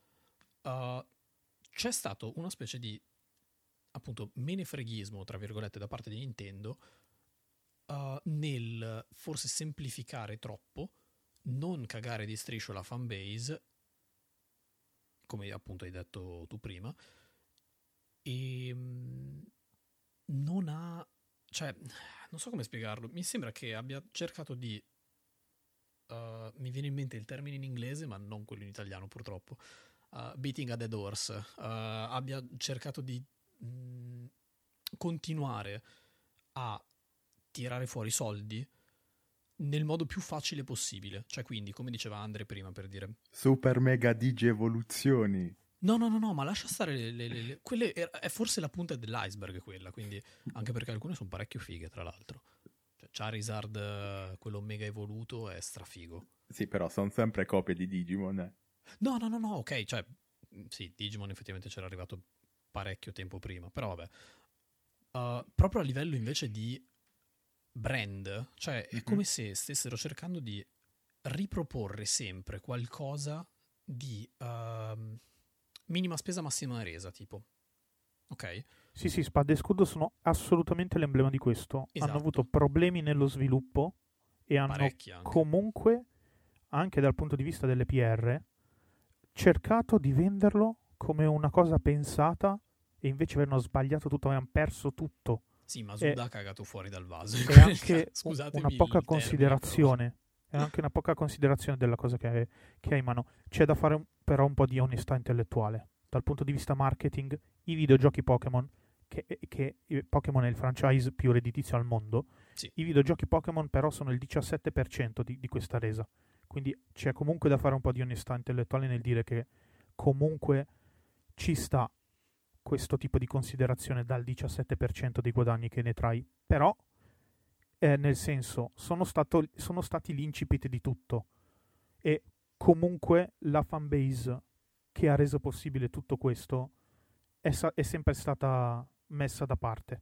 c'è stato una specie di, appunto, menefreghismo, tra virgolette, da parte di Nintendo nel forse semplificare troppo, non cagare di striscio la fanbase, come appunto hai detto tu prima, e non ha, cioè, non so come spiegarlo, mi sembra che abbia cercato di, mi viene in mente il termine in inglese ma non quello in italiano purtroppo, beating a dead horse, abbia cercato di continuare a tirare fuori soldi nel modo più facile possibile, cioè quindi come diceva Andre prima, per dire Super mega digievoluzioni. no, ma lascia stare quelle è forse la punta dell'iceberg quella, quindi anche perché alcune sono parecchio fighe tra l'altro, cioè Charizard, quello mega evoluto, è strafigo. Sì, però sono sempre copie di Digimon. No, ok, cioè sì, Digimon effettivamente c'era arrivato parecchio tempo prima, però vabbè. Proprio a livello invece di brand, cioè è come se stessero cercando di riproporre sempre qualcosa di minima spesa massima resa, tipo, ok? Sì, Spada e Scudo sono assolutamente l'emblema di questo. Esatto. Hanno avuto problemi nello sviluppo e hanno Parecchi anche. comunque, anche dal punto di vista delle PR, cercato di venderlo come una cosa pensata e invece avevano sbagliato tutto, avevano perso tutto. Sì, Masuda ha cagato fuori dal vaso. È anche Scusatemi una poca il termine, considerazione. È anche una poca considerazione della cosa che hai in mano. C'è da fare però un po' di onestà intellettuale. Dal punto di vista marketing, i videogiochi Pokémon, che Pokémon è il franchise più redditizio al mondo, sì. I videogiochi Pokémon però sono il 17% di questa resa. Quindi c'è comunque da fare un po' di onestà intellettuale nel dire che comunque ci sta questo tipo di considerazione dal 17% dei guadagni che ne trai. Però, nel senso, sono stati l'incipit di tutto. E comunque la fanbase che ha reso possibile tutto questo è sempre stata messa da parte.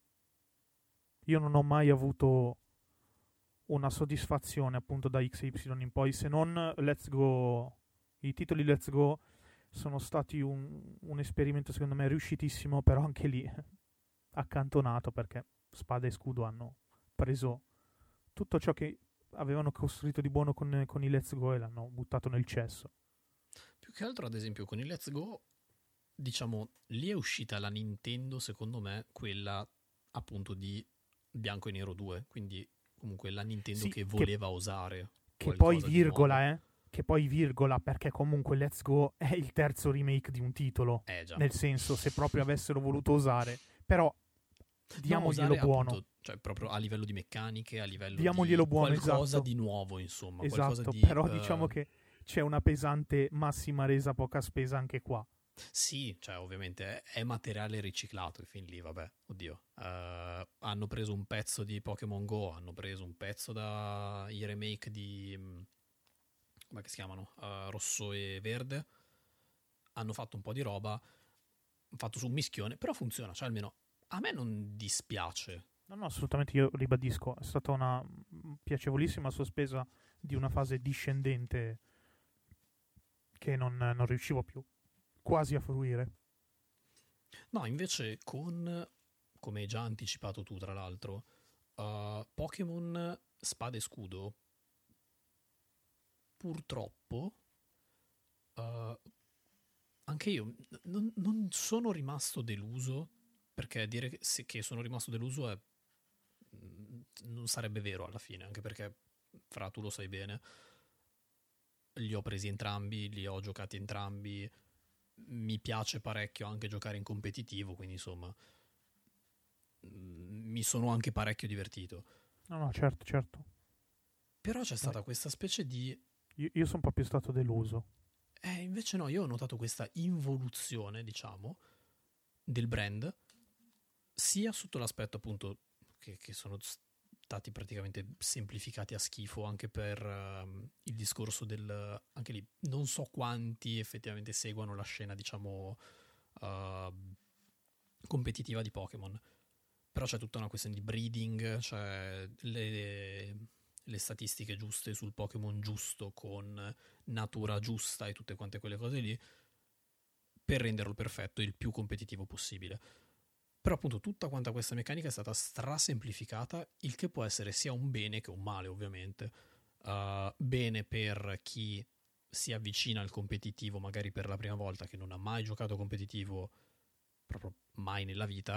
Io non ho mai avuto una soddisfazione appunto da XY in poi, se non Let's Go. I titoli Let's Go sono stati un esperimento secondo me riuscitissimo, però anche lì accantonato, perché Spada e Scudo hanno preso tutto ciò che avevano costruito di buono con i Let's Go e l'hanno buttato nel cesso. Più che altro, ad esempio, con il Let's Go, diciamo, lì è uscita la Nintendo, secondo me, quella appunto di Bianco e Nero 2, quindi comunque la Nintendo Sì, che voleva osare che poi qualcosa di nuovo. virgola, che poi virgola, perché comunque Let's Go è il terzo remake di un titolo. Già. Nel senso, se proprio avessero voluto osare, però diamoglielo osare, buono. Appunto, cioè proprio a livello di meccaniche, a livello Diamoglielo di buono, qualcosa esatto. di nuovo, insomma. Esatto, Qualcosa di, però diciamo che c'è una pesante massima resa poca spesa anche qua. Sì, cioè ovviamente è materiale riciclato e fin lì, vabbè, oddio. Hanno preso un pezzo di Pokémon Go, hanno preso un pezzo dai remake di... come si chiamano? Rosso e Verde. Hanno fatto un po' di roba, hanno fatto su un mischione, però funziona, cioè almeno a me non dispiace. No, assolutamente, io ribadisco, è stata una piacevolissima sospesa di una fase discendente che non riuscivo più quasi a fruire. No, invece come hai già anticipato tu tra l'altro, Pokémon Spada e Scudo, purtroppo, anche io non sono rimasto deluso, perché dire che sono rimasto deluso non sarebbe vero alla fine, anche perché, Fra, tu lo sai bene, li ho presi entrambi, li ho giocati entrambi, mi piace parecchio anche giocare in competitivo, quindi insomma mi sono anche parecchio divertito. No, certo. Però c'è stata questa specie di... Io sono proprio stato deluso. Invece no, io ho notato questa involuzione, diciamo, del brand, sia sotto l'aspetto appunto che sono stati praticamente semplificati a schifo anche per il discorso del... anche lì, non so quanti effettivamente seguono la scena, diciamo, competitiva di Pokémon, però c'è tutta una questione di breeding, cioè le statistiche giuste sul Pokémon giusto con natura giusta e tutte quante quelle cose lì per renderlo perfetto e il più competitivo possibile. Però appunto tutta quanta questa meccanica è stata strasemplificata, il che può essere sia un bene che un male, ovviamente. Bene per chi si avvicina al competitivo magari per la prima volta, che non ha mai giocato competitivo proprio mai nella vita,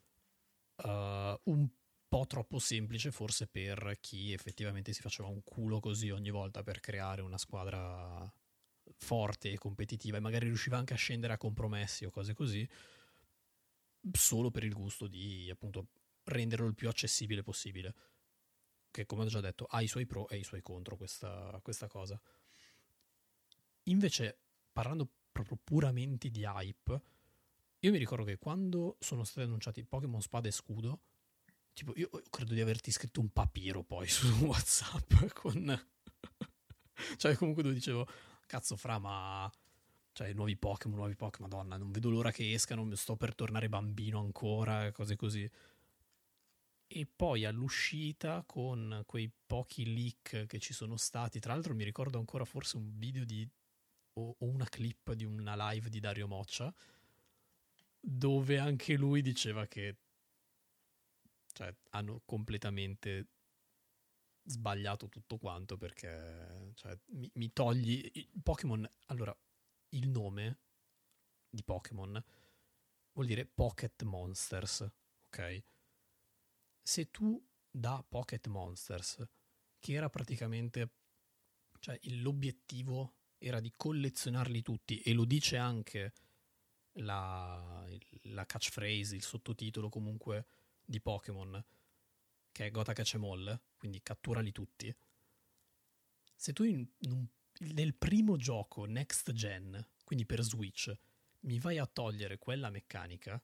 un po' troppo semplice forse per chi effettivamente si faceva un culo così ogni volta per creare una squadra forte e competitiva e magari riusciva anche a scendere a compromessi o cose così, solo per il gusto di appunto renderlo il più accessibile possibile, che come ho già detto ha i suoi pro e i suoi contro questa cosa. Invece, parlando proprio puramente di hype, io mi ricordo che quando sono stati annunciati Pokémon Spada e Scudo, tipo io credo di averti scritto un papiro poi su WhatsApp con... cioè comunque dove dicevo, cazzo Fra, ma... cioè nuovi Pokémon, Madonna, non vedo l'ora che escano, sto per tornare bambino ancora, cose così. E poi all'uscita, con quei pochi leak che ci sono stati, tra l'altro mi ricordo ancora forse un video o una clip di una live di Dario Moccia, dove anche lui diceva che cioè, hanno completamente sbagliato tutto quanto, perché cioè, mi togli Pokémon. Allora, il nome di Pokémon vuol dire Pocket Monsters, ok? Se tu da Pocket Monsters, che era praticamente, cioè l'obiettivo era di collezionarli tutti, e lo dice anche la catchphrase, il sottotitolo comunque di Pokémon, che è Gota Catch 'em All, quindi catturali tutti. Se tu nel primo gioco next gen, quindi per Switch, mi vai a togliere quella meccanica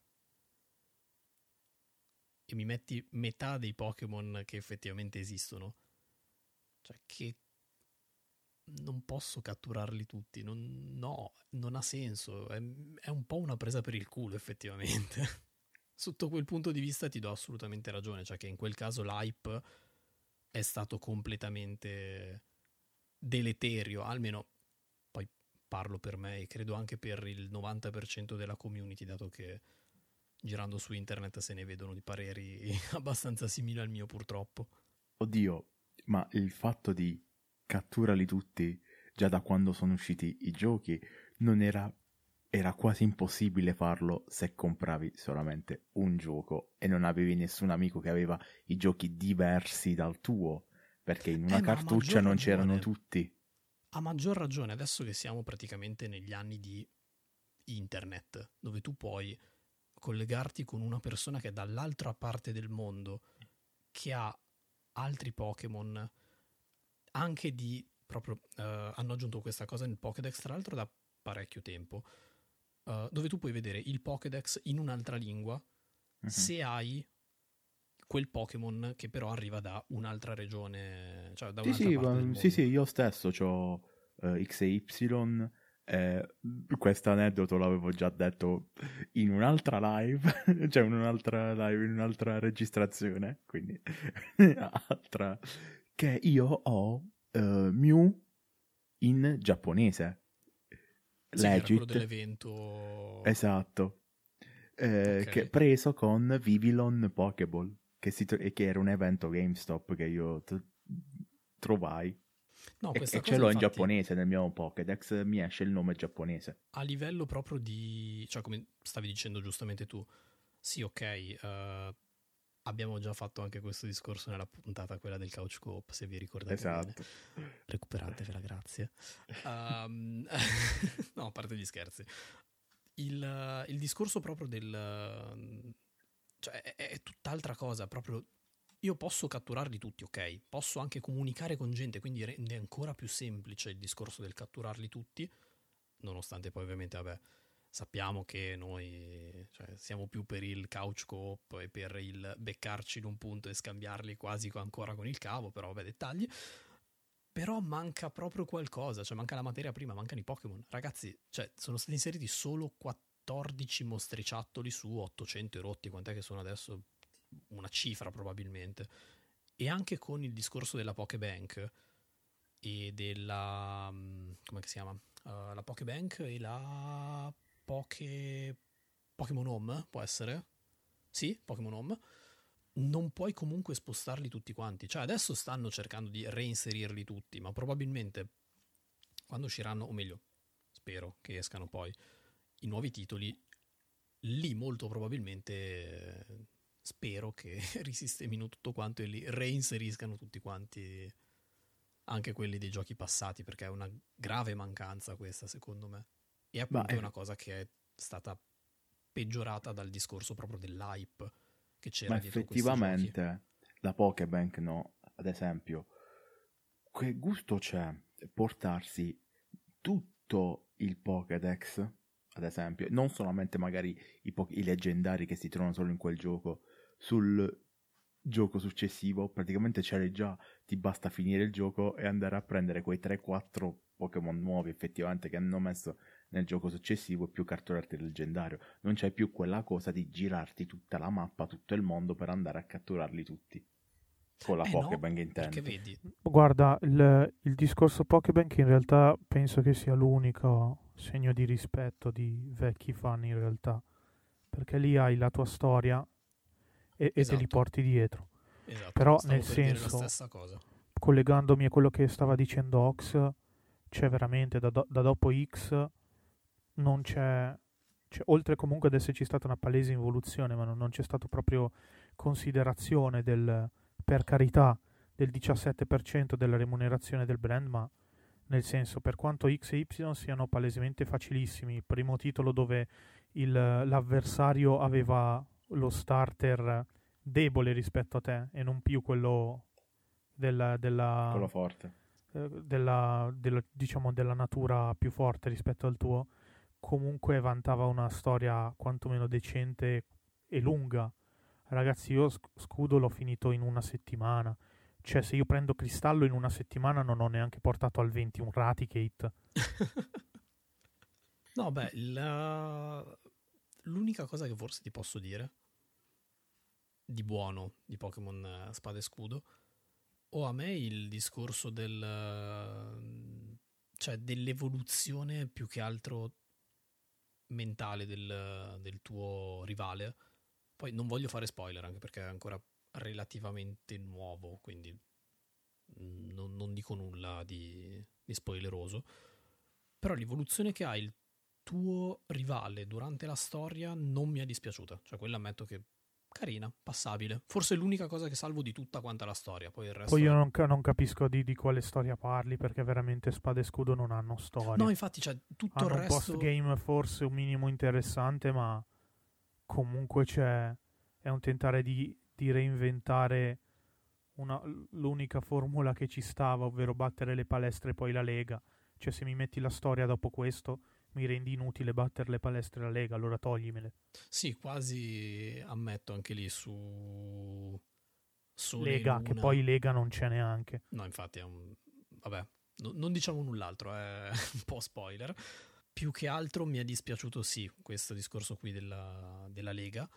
e mi metti metà dei Pokémon che effettivamente esistono, cioè che non posso catturarli tutti, non ha senso, è un po' una presa per il culo effettivamente. Sotto quel punto di vista ti do assolutamente ragione, cioè che in quel caso l'hype è stato completamente deleterio, almeno poi parlo per me e credo anche per il 90% della community, dato che girando su internet se ne vedono di pareri abbastanza simili al mio, purtroppo. Oddio, ma il fatto di catturali tutti già da quando sono usciti i giochi non era quasi impossibile farlo se compravi solamente un gioco e non avevi nessun amico che aveva i giochi diversi dal tuo, perché in una Ma a cartuccia maggior non c'erano ragione, tutti. a maggior ragione, adesso che siamo praticamente negli anni di internet, dove tu puoi collegarti con una persona che è dall'altra parte del mondo, che ha altri Pokémon, anche di proprio hanno aggiunto questa cosa nel Pokédex tra l'altro da parecchio tempo, dove tu puoi vedere il Pokédex in un'altra lingua se hai quel Pokémon che però arriva da un'altra regione, cioè da un'altra parte del mondo. Sì, io stesso ho X e Y. Questo aneddoto l'avevo già detto in un'altra live, cioè in un'altra registrazione, quindi altra, che io ho Mew in giapponese. Sì, che era quello Legit. dell'evento. Esatto. Ok. Che preso con Vivillon Pokéball, che era un evento GameStop che io trovai. No, E questa ce cosa l'ho in infatti giapponese nel mio Pokédex, mi esce il nome giapponese. a livello proprio di, cioè come stavi dicendo giustamente tu, sì, ok, abbiamo già fatto anche questo discorso nella puntata, quella del couch co-op, se vi ricordate bene. Esatto. Recuperatevela, grazie. No, a parte gli scherzi. Il discorso proprio del... cioè è tutt'altra cosa, proprio io posso catturarli tutti, ok? Posso anche comunicare con gente, quindi rende ancora più semplice il discorso del catturarli tutti, nonostante poi ovviamente, vabbè, sappiamo che noi siamo più per il couch co-op e per il beccarci in un punto e scambiarli quasi ancora con il cavo, però vabbè, dettagli. Però manca proprio qualcosa, cioè manca la materia prima, mancano i Pokémon. Ragazzi, cioè sono stati inseriti solo 14 mostriciattoli su 800 rotti, quant'è che sono adesso? Una cifra probabilmente. E anche con il discorso della Pokébank e della... come si chiama? La Pokébank e la Pokémon Home, può essere? Sì, Pokémon Home. Non puoi comunque spostarli tutti quanti. Cioè adesso stanno cercando di reinserirli tutti, ma probabilmente quando usciranno, o meglio, spero che escano poi i nuovi titoli, lì molto probabilmente spero che risistemino tutto quanto e li reinseriscano tutti quanti, anche quelli dei giochi passati, perché è una grave mancanza questa, secondo me. E appunto è una cosa che è stata peggiorata dal discorso proprio dell'hype che Ma c'era dietro questi giochi. effettivamente la Pokébank no, ad esempio, che gusto c'è portarsi tutto il Pokédex, ad esempio, non solamente magari i leggendari che si trovano solo in quel gioco, sul gioco successivo, praticamente ce l'hai già, ti basta finire il gioco e andare a prendere quei 3-4 Pokémon nuovi effettivamente che hanno messo nel gioco successivo e più catturarti il leggendario. Non c'è più quella cosa di girarti tutta la mappa, tutto il mondo per andare a catturarli tutti. Con la No, Pokébank perché intendo. vedi, Guarda, il discorso Pokébank in realtà penso che sia l'unico segno di rispetto di vecchi fan in realtà, perché lì hai la tua storia e te li esatto, porti dietro. esatto, Però nel stavo per dire la senso, stessa cosa. collegandomi a quello che stava dicendo Ox, c'è veramente da dopo X non c'è, oltre comunque ad esserci stata una palese involuzione, ma non c'è stato proprio considerazione per carità, del 17% della remunerazione del brand, ma nel senso, per quanto X e Y siano palesemente facilissimi, il primo titolo dove l'avversario aveva lo starter debole rispetto a te e non più quello della, Quello della, forte. diciamo della natura più forte rispetto al tuo, comunque vantava una storia quantomeno decente e lunga. Ragazzi, io Scudo l'ho finito in una settimana. Cioè, se io prendo Cristallo in una settimana non ho neanche portato al 20 un Raticate. No, beh, l'unica cosa che forse ti posso dire di buono di Pokémon Spada e Scudo, o a me il discorso cioè dell'evoluzione più che altro mentale del tuo rivale, Poi non voglio fare spoiler, anche perché è ancora relativamente nuovo, quindi non dico nulla di spoileroso. Però l'evoluzione che ha il tuo rivale durante la storia non mi è dispiaciuta. Cioè, quella ammetto che carina, passabile. Forse è l'unica cosa che salvo di tutta quanta la storia. Poi il resto Poi io è... non capisco di quale storia parli, perché veramente Spada e Scudo non hanno storia. No, infatti, cioè, tutto il Hanno un resto... post-game forse un minimo interessante, ma comunque è un tentare di reinventare l'unica formula che ci stava, ovvero battere le palestre e poi la Lega. Cioè, se mi metti la storia dopo questo, mi rendi inutile battere le palestre e la Lega, allora toglimele. Sì, quasi ammetto anche lì su Sole e Lega, che Luna. poi Lega non c'è neanche. No, infatti è un... Vabbè, non diciamo null'altro, è un po' spoiler. Più che altro mi è dispiaciuto, sì, questo discorso qui della Lega.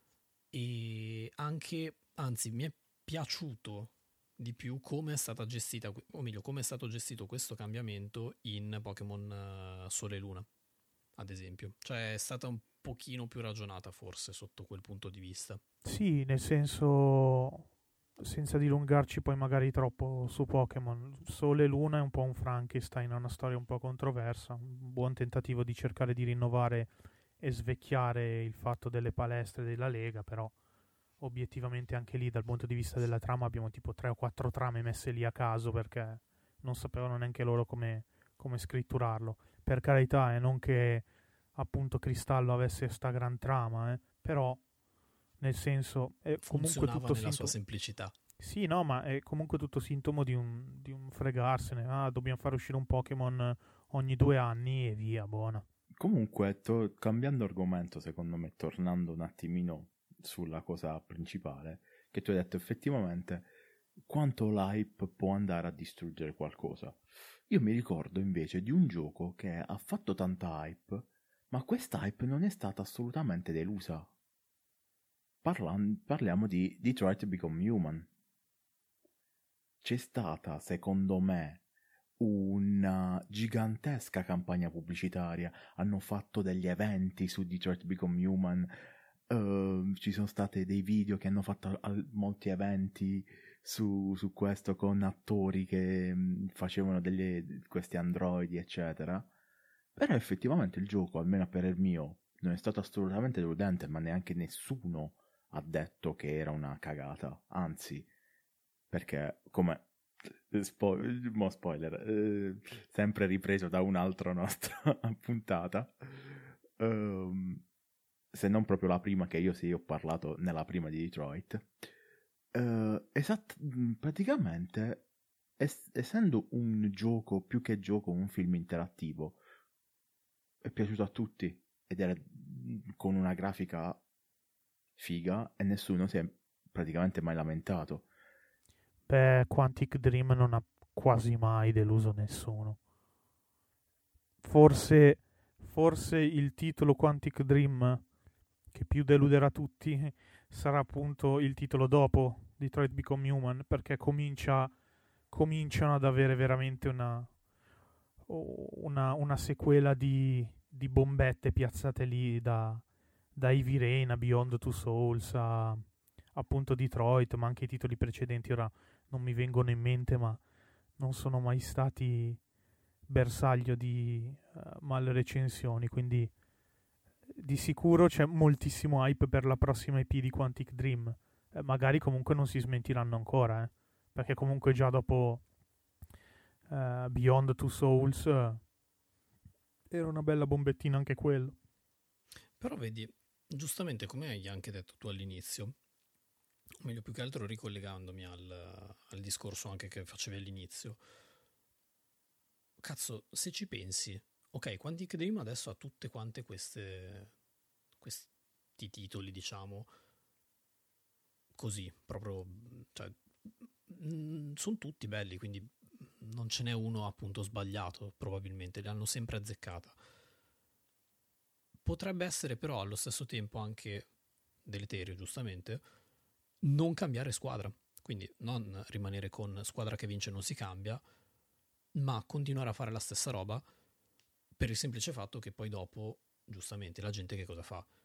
E anche, anzi, mi è piaciuto di più come è stata gestita, o meglio, come è stato gestito questo cambiamento in Pokémon Sole e Luna, ad esempio. Cioè è stata un pochino più ragionata forse sotto quel punto di vista. Sì, nel senso, senza dilungarci poi magari troppo su Pokémon, Sole e Luna è un po' un Frankenstein, è una storia un po' controversa, un buon tentativo di cercare di rinnovare e svecchiare il fatto delle palestre della Lega, però obiettivamente anche lì dal punto di vista della trama abbiamo tipo 3 o 4 trame messe lì a caso perché non sapevano neanche loro come scritturarlo. Per carità, non che appunto Cristallo avesse sta gran trama, però nel senso è comunque Funzionava tutto nella sua sintomo. semplicità. Sì, no, ma è comunque tutto sintomo di un fregarsene. Ah, dobbiamo fare uscire un Pokémon ogni 2 anni e via, buona. Comunque, cambiando argomento, secondo me, tornando un attimino sulla cosa principale, che tu hai detto effettivamente, quanto l'hype può andare a distruggere qualcosa. Io mi ricordo invece di un gioco che ha fatto tanta hype, ma questa hype non è stata assolutamente delusa. Parliamo di Detroit Become Human. C'è stata, secondo me, una gigantesca campagna pubblicitaria. Hanno fatto degli eventi su Detroit Become Human. Ci sono stati dei video che hanno fatto molti eventi su questo con attori che facevano questi androidi, eccetera. Però effettivamente il gioco, almeno per il mio, non è stato assolutamente deludente, ma neanche nessuno ha detto che era una cagata. Anzi, perché come spoiler, sempre ripreso da un'altra nostra puntata, se non proprio la prima che io ho parlato nella prima di Detroit, praticamente essendo un gioco più che gioco, un film interattivo, è piaciuto a tutti ed era con una grafica figa e nessuno si è praticamente mai lamentato. Beh, Quantic Dream non ha quasi mai deluso nessuno. Forse il titolo Quantic Dream che più deluderà tutti sarà appunto il titolo dopo Detroit Become Human, perché cominciano ad avere veramente una sequela di bombette piazzate lì da Heavy Rain a Beyond Two Souls a appunto Detroit, ma anche i titoli precedenti ora non mi vengono in mente, ma non sono mai stati bersaglio di male recensioni, quindi di sicuro c'è moltissimo hype per la prossima EP di Quantic Dream. Magari comunque non si smentiranno ancora, perché comunque già dopo Beyond Two Souls era una bella bombettina anche quello. Però vedi, giustamente come hai anche detto tu all'inizio, o meglio più che altro ricollegandomi al discorso anche che facevi all'inizio, cazzo, se ci pensi, ok, Quantic Dream adesso ha tutte quante questi titoli, diciamo, così, proprio, cioè, sono tutti belli, quindi non ce n'è uno appunto sbagliato, probabilmente, li hanno sempre azzeccata. Potrebbe essere però allo stesso tempo anche deleterio, giustamente, non cambiare squadra, quindi non rimanere con squadra che vince non si cambia, ma continuare a fare la stessa roba per il semplice fatto che poi dopo, giustamente, la gente che cosa fa?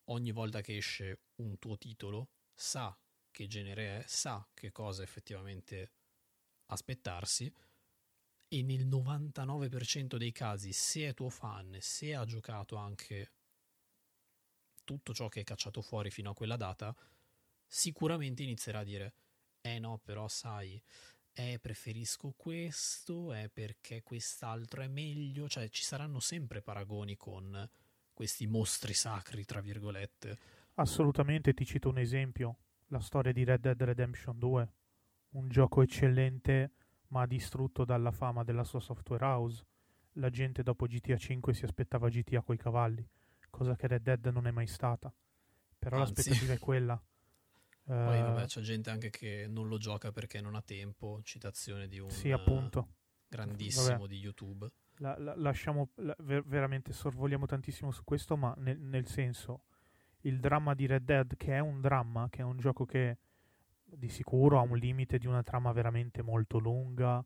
ogni volta che esce un tuo titolo sa che genere è, sa che cosa effettivamente aspettarsi, e nel 99% dei casi, se è tuo fan, se ha giocato anche tutto ciò che è cacciato fuori fino a quella data, sicuramente inizierà a dire no, però sai, preferisco questo, perché quest'altro è meglio. Cioè ci saranno sempre paragoni con questi mostri sacri, tra virgolette. Assolutamente, ti cito un esempio, la storia di Red Dead Redemption 2, un gioco eccellente ma distrutto dalla fama della sua software house. La gente dopo GTA 5 si aspettava GTA coi cavalli, cosa che Red Dead non è mai stata. Però Anzi, l'aspettativa è quella. poi vabbè, c'è gente anche che non lo gioca perché non ha tempo, citazione di un Sì, appunto. grandissimo Vabbè. di YouTube. Lasciamo, veramente sorvoliamo tantissimo su questo, ma nel senso, il dramma di Red Dead, che è un dramma, che è un gioco che di sicuro ha un limite di una trama veramente molto lunga,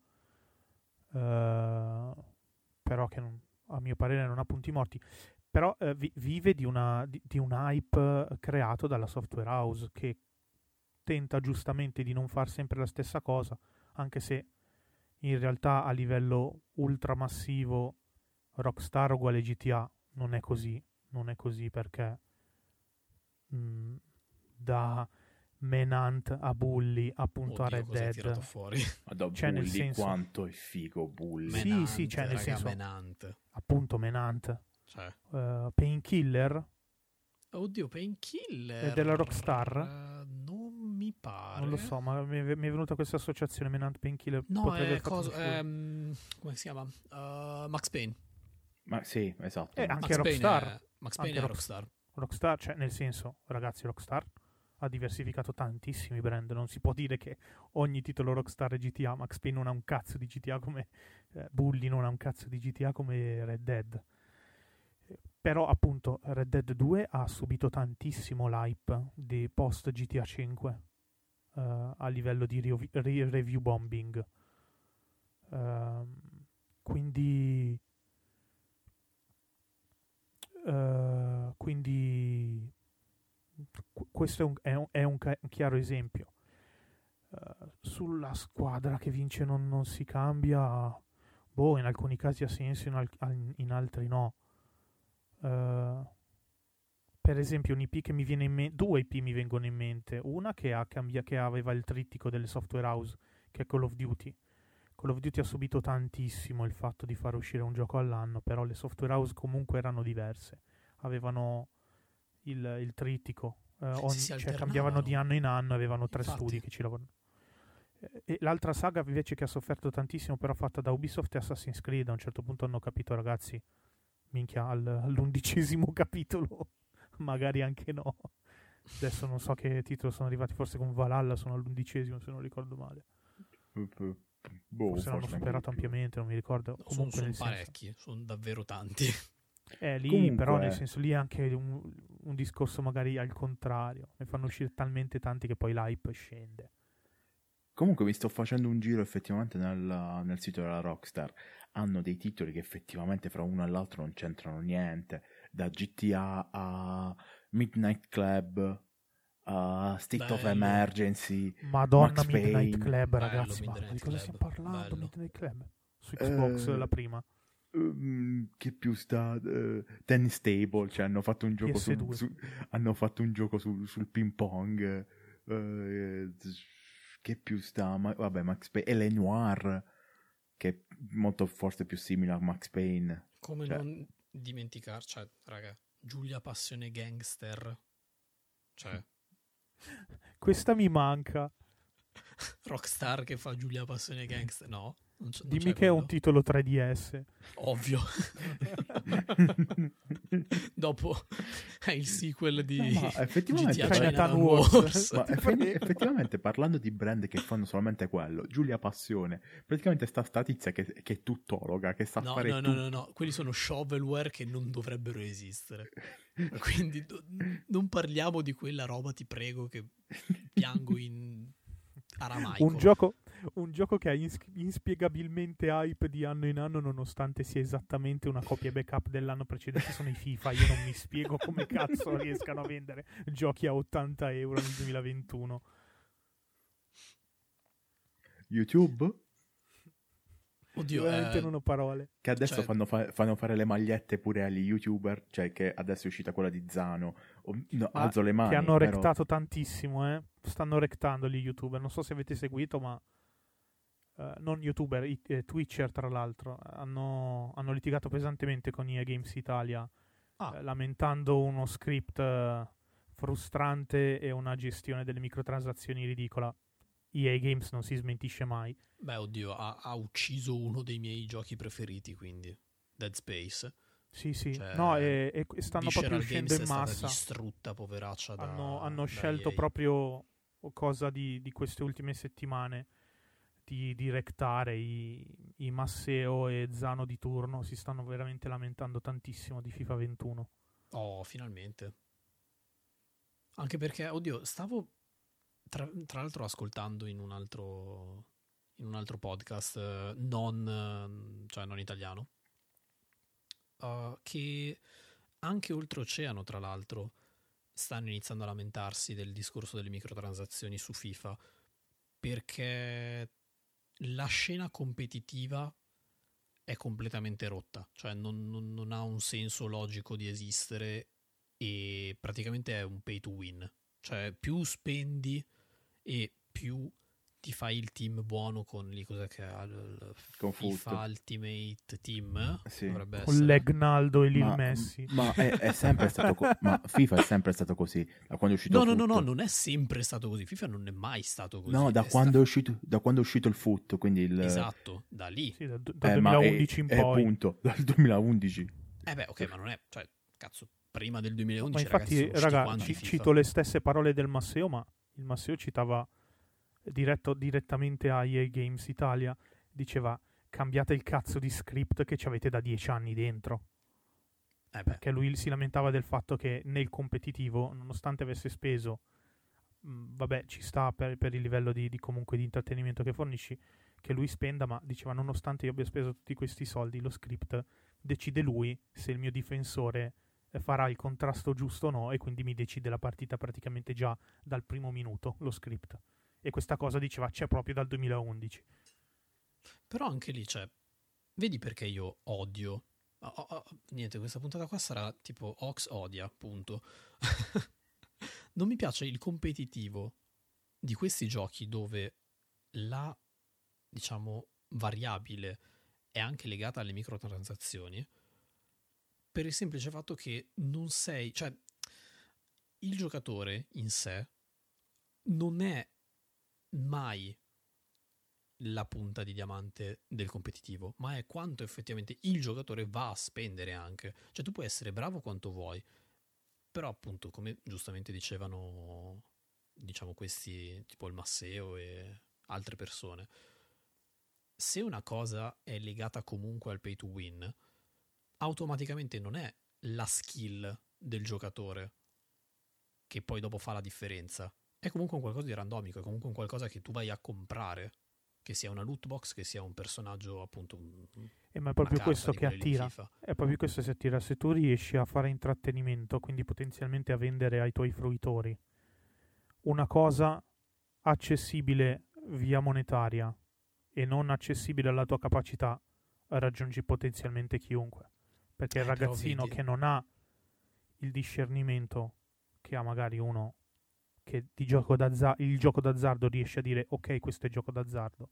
però che a mio parere non ha punti morti, però vive di un hype creato dalla software house, che tenta giustamente di non far sempre la stessa cosa, anche se in realtà a livello ultramassivo Rockstar uguale GTA non è così perché da Menant a Bully appunto a Oddio, Red cosa hai Dead, tirato fuori? Madonna, cioè, nel Bully, senso, quanto è figo Bully. Sì, Menant, sì, cioè, nel raga, senso, Menant. appunto Menant, Cioè, Painkiller oddio, Painkiller è della Rockstar, non mi pare. non lo so, ma mi è venuta questa associazione Menant Painkiller. No, potrebbe è aver fatto cosa, un come si chiama? Max Payne. Ma sì, esatto. anche Max Rockstar. Payne Max Payne Anche è Rockstar. Rockstar, cioè nel senso, ragazzi, Rockstar ha diversificato tantissimi brand, non si può dire che ogni titolo Rockstar è GTA. Max Payne non ha un cazzo di GTA come Bully non ha un cazzo di GTA come Red Dead. Però appunto Red Dead 2 ha subito tantissimo l'hype di post GTA 5 a livello di review bombing. Quindi questo è un chiaro esempio. Sulla squadra che vince non si cambia, in alcuni casi ha senso, in altri no. Per esempio un IP che mi viene in mente, due IP mi vengono in mente, una che aveva il trittico delle software house, che è Call of Duty. Call of Duty ha subito tantissimo il fatto di far uscire un gioco all'anno, però le software house comunque erano diverse, avevano il trittico, cioè cambiavano di anno in anno, avevano 3 studi che ci lavoravano. E l'altra saga invece che ha sofferto tantissimo, però fatta da Ubisoft, è Assassin's Creed. A un certo punto hanno capito, ragazzi, minchia, all'11° capitolo magari anche no. Adesso non so che titolo sono arrivati, forse con Valhalla sono all'11° se non ricordo male. Forse l'hanno superato ampiamente, non mi ricordo. Comunque sono parecchi, sono davvero tanti. Lì Comunque, però nel senso, lì è anche un discorso magari al contrario, ne fanno uscire talmente tanti che poi l'hype scende. Comunque mi sto facendo un giro effettivamente nel sito della Rockstar. Hanno dei titoli che effettivamente fra uno e l'altro non c'entrano niente, da GTA a Midnight Club a State of Emergency. Madonna, Max Midnight Payne. Club, ragazzi, Bello, ma di cosa Club. stiamo parlando? Bello. Midnight Club su Xbox, la prima. Che più sta Tennis Table, cioè hanno fatto un gioco hanno fatto un gioco sul ping pong, che più sta, vabbè, Max Payne e Le Noir, che è molto forse più simile a Max Payne. Come non dimenticarci, cioè, raga, Giulia Passione Gangster, cioè questa mi manca. Rockstar che fa Giulia Passione Gangster, no? Dimmi che è un titolo 3DS. Ovvio. Dopo è il sequel di effettivamente, GTA Chinatown Wars. ma effettivamente parlando di brand che fanno solamente quello, Giulia Passione, praticamente sta tizia che è tuttologa, che sa fare tutto. No, quelli sono shovelware che non dovrebbero esistere. Quindi non parliamo di quella roba, ti prego, che piango in aramaico. Un gioco che ha inspiegabilmente hype di anno in anno, nonostante sia esattamente una copia backup dell'anno precedente, sono i FIFA. Io non mi spiego come cazzo riescano a vendere giochi a 80 euro nel 2021. YouTube? Oddio, Veramente non ho parole. Che adesso cioè, fanno fare le magliette pure agli YouTuber, cioè che adesso è uscita quella di Zano. No, Ma alzo le mani. che hanno però... rectato tantissimo, stanno rectando gli YouTuber. Non so se avete seguito, ma non YouTuber, Twitcher tra l'altro, hanno litigato pesantemente con EA Games Italia, lamentando uno script frustrante e una gestione delle microtransazioni ridicola. EA Games non si smentisce mai. beh, oddio, ha ucciso uno dei miei giochi preferiti, quindi Dead Space. Sì, sì. Cioè, No, e stanno proprio Visceral uscendo Games in è stata massa. distrutta, poveraccia, Hanno da scelto EA. proprio cosa di queste ultime settimane di rectare i Masseo e Zano di turno. Si stanno veramente lamentando tantissimo di FIFA 21. Oh, finalmente. Anche perché, oddio, stavo tra l'altro ascoltando in un altro podcast non italiano, che anche oltreoceano, tra l'altro, stanno iniziando a lamentarsi del discorso delle microtransazioni su FIFA, perché la scena competitiva è completamente rotta, cioè non ha un senso logico di esistere e praticamente è un pay to win, cioè più spendi e più ti fai il team buono con lì, cos'è che ha Con FIFA Foot. Ultimate Team, Sì. dovrebbe Con essere. Legnaldo e Lil Messi. Ma è sempre stato ma FIFA è sempre stato così, da quando è uscito No, Foot. non è sempre stato così. FIFA non è mai stato così. No, da quando è uscito il Foot, quindi il... Esatto, da lì. Sì, dal 2011 in poi. Appunto, dal 2011. Beh, ok, ma non è... Cioè, cazzo, prima del 2011, Ma infatti, ragazzi, sono usciti raga, quanti FIFA? cito le stesse parole del Masseo, ma il Masseo citava direttamente a EA Games Italia, diceva: cambiate il cazzo di script che ci avete da 10 anni dentro. Perché lui si lamentava del fatto che nel competitivo, nonostante avesse speso, vabbè, ci sta per il livello di comunque di intrattenimento che fornisci, che lui spenda, ma diceva: nonostante io abbia speso tutti questi soldi, lo script decide lui se il mio difensore farà il contrasto giusto o no, e quindi mi decide la partita praticamente già dal primo minuto, lo script. E questa cosa, diceva, c'è proprio dal 2011. Però anche lì, cioè, vedi perché io odio. Niente, questa puntata qua sarà tipo Ox odia, punto. Non mi piace il competitivo di questi giochi dove la, diciamo, variabile è anche legata alle microtransazioni, per il semplice fatto che non sei... Cioè, il giocatore in sé non è mai la punta di diamante del competitivo, ma è quanto effettivamente il giocatore va a spendere anche. Cioè, tu puoi essere bravo quanto vuoi, però appunto, come giustamente dicevano, diciamo, questi, tipo il Masseo e altre persone, se una cosa è legata comunque al pay to win, automaticamente non è la skill del giocatore che poi dopo fa la differenza. È comunque un qualcosa di randomico, è comunque un qualcosa che tu vai a comprare, che sia una loot box, che sia un personaggio, appunto, ma è proprio questo che attira. È proprio questo che attira. Se tu riesci a fare intrattenimento, quindi potenzialmente a vendere ai tuoi fruitori una cosa accessibile via monetaria e non accessibile alla tua capacità, raggiungi potenzialmente chiunque. Perché il ragazzino che non ha il discernimento che ha magari uno che di il gioco d'azzardo riesce a dire: ok, questo è gioco d'azzardo,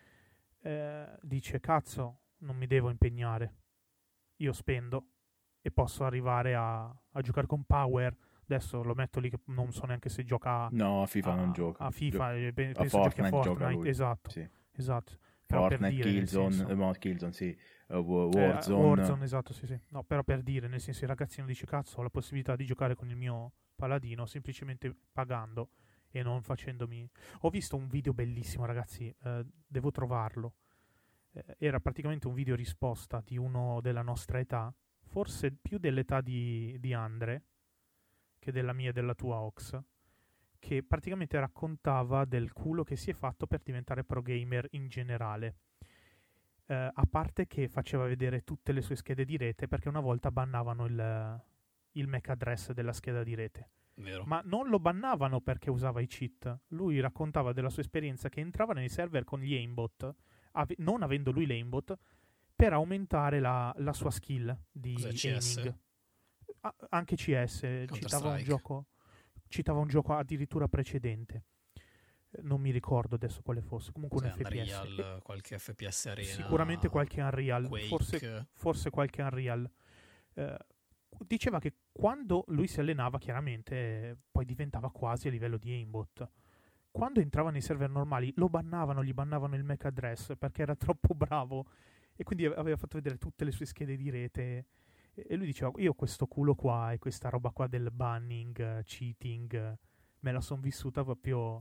dice: cazzo, non mi devo impegnare, io spendo e posso arrivare a giocare con Power. Adesso lo metto lì che non so neanche se gioca no, a FIFA non gioca. A FIFA, penso a Fortnite, giochi a gioca lui. Esatto, sì. Esatto. Fortnite, Killzone, sì. Warzone, esatto, sì. No, però per dire, nel senso, il ragazzino dice: cazzo, ho la possibilità di giocare con il mio paladino semplicemente pagando e non facendomi... Ho visto un video bellissimo, ragazzi, devo trovarlo. Era praticamente un video risposta di uno della nostra età, forse più dell'età di Andre che della mia e della tua Ox, che praticamente raccontava del culo che si è fatto per diventare pro gamer in generale. A parte che faceva vedere tutte le sue schede di rete, perché una volta bannavano il MAC address della scheda di rete. Vero. Ma non lo bannavano perché usava i cheat. Lui raccontava della sua esperienza che entrava nei server con gli aimbot, non avendo lui l'aimbot, per aumentare la sua skill di Cos'è, CS? aiming. Anche CS, citava un gioco addirittura precedente. Non mi ricordo adesso quale fosse. Comunque un FPS. Unreal, qualche FPS Arena. Sicuramente qualche Unreal. Quake. Forse qualche Unreal. Diceva che quando lui si allenava, chiaramente, poi diventava quasi a livello di aimbot. Quando entrava nei server normali lo bannavano, gli bannavano il MAC address perché era troppo bravo, e quindi aveva fatto vedere tutte le sue schede di rete, e lui diceva: io questo culo qua e questa roba qua del banning, cheating, me la son vissuta proprio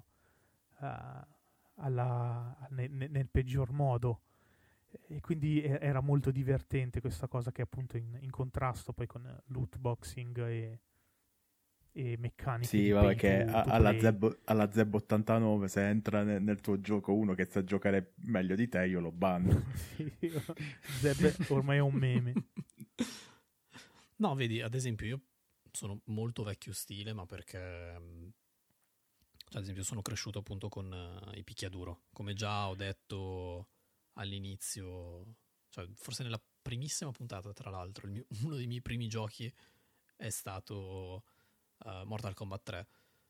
nel peggior modo. E quindi era molto divertente questa cosa, che è appunto in contrasto poi con loot boxing e meccaniche Sì, di vabbè, pay che to alla play. Zeb 89, se entra nel tuo gioco uno che sa giocare meglio di te, io lo banno. Sì, Zeb ormai è un meme. No, vedi, ad esempio io sono molto vecchio stile, ma perché cioè, ad esempio sono cresciuto appunto con i picchiaduro, come già ho detto all'inizio, cioè forse nella primissima puntata, tra l'altro, uno dei miei primi giochi è stato Mortal Kombat 3.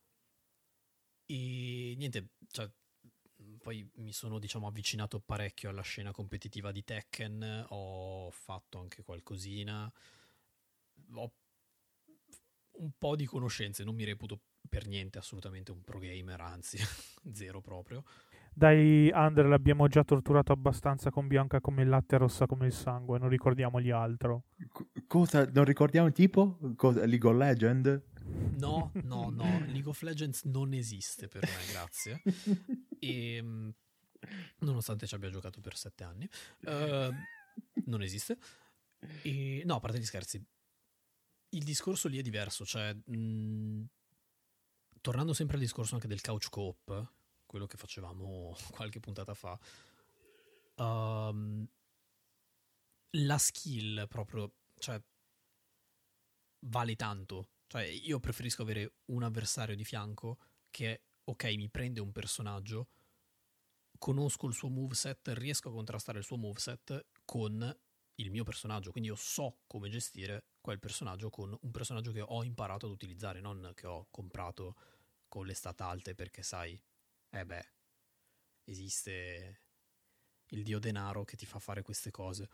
E niente, cioè, poi mi sono, diciamo, avvicinato parecchio alla scena competitiva di Tekken, ho fatto anche qualcosina, ho un po' di conoscenze, non mi reputo per niente assolutamente un pro gamer, anzi, zero proprio. Dai, Andre, l'abbiamo già torturato abbastanza con bianca come il latte e rossa come il sangue, non ricordiamogli altro. Cosa? Non ricordiamo tipo? League of Legends? No, League of Legends non esiste per me, grazie. E nonostante ci abbia giocato per 7 anni, non esiste. E no, a parte gli scherzi, il discorso lì è diverso, cioè tornando sempre al discorso anche del couch co-op, quello che facevamo qualche puntata fa, la skill proprio, cioè, vale tanto. Cioè, io preferisco avere un avversario di fianco che, ok, mi prende un personaggio, conosco il suo moveset, riesco a contrastare il suo moveset con il mio personaggio, quindi io so come gestire quel personaggio con un personaggio che ho imparato ad utilizzare, non che ho comprato con le stat alte perché sai, esiste il dio denaro che ti fa fare queste cose.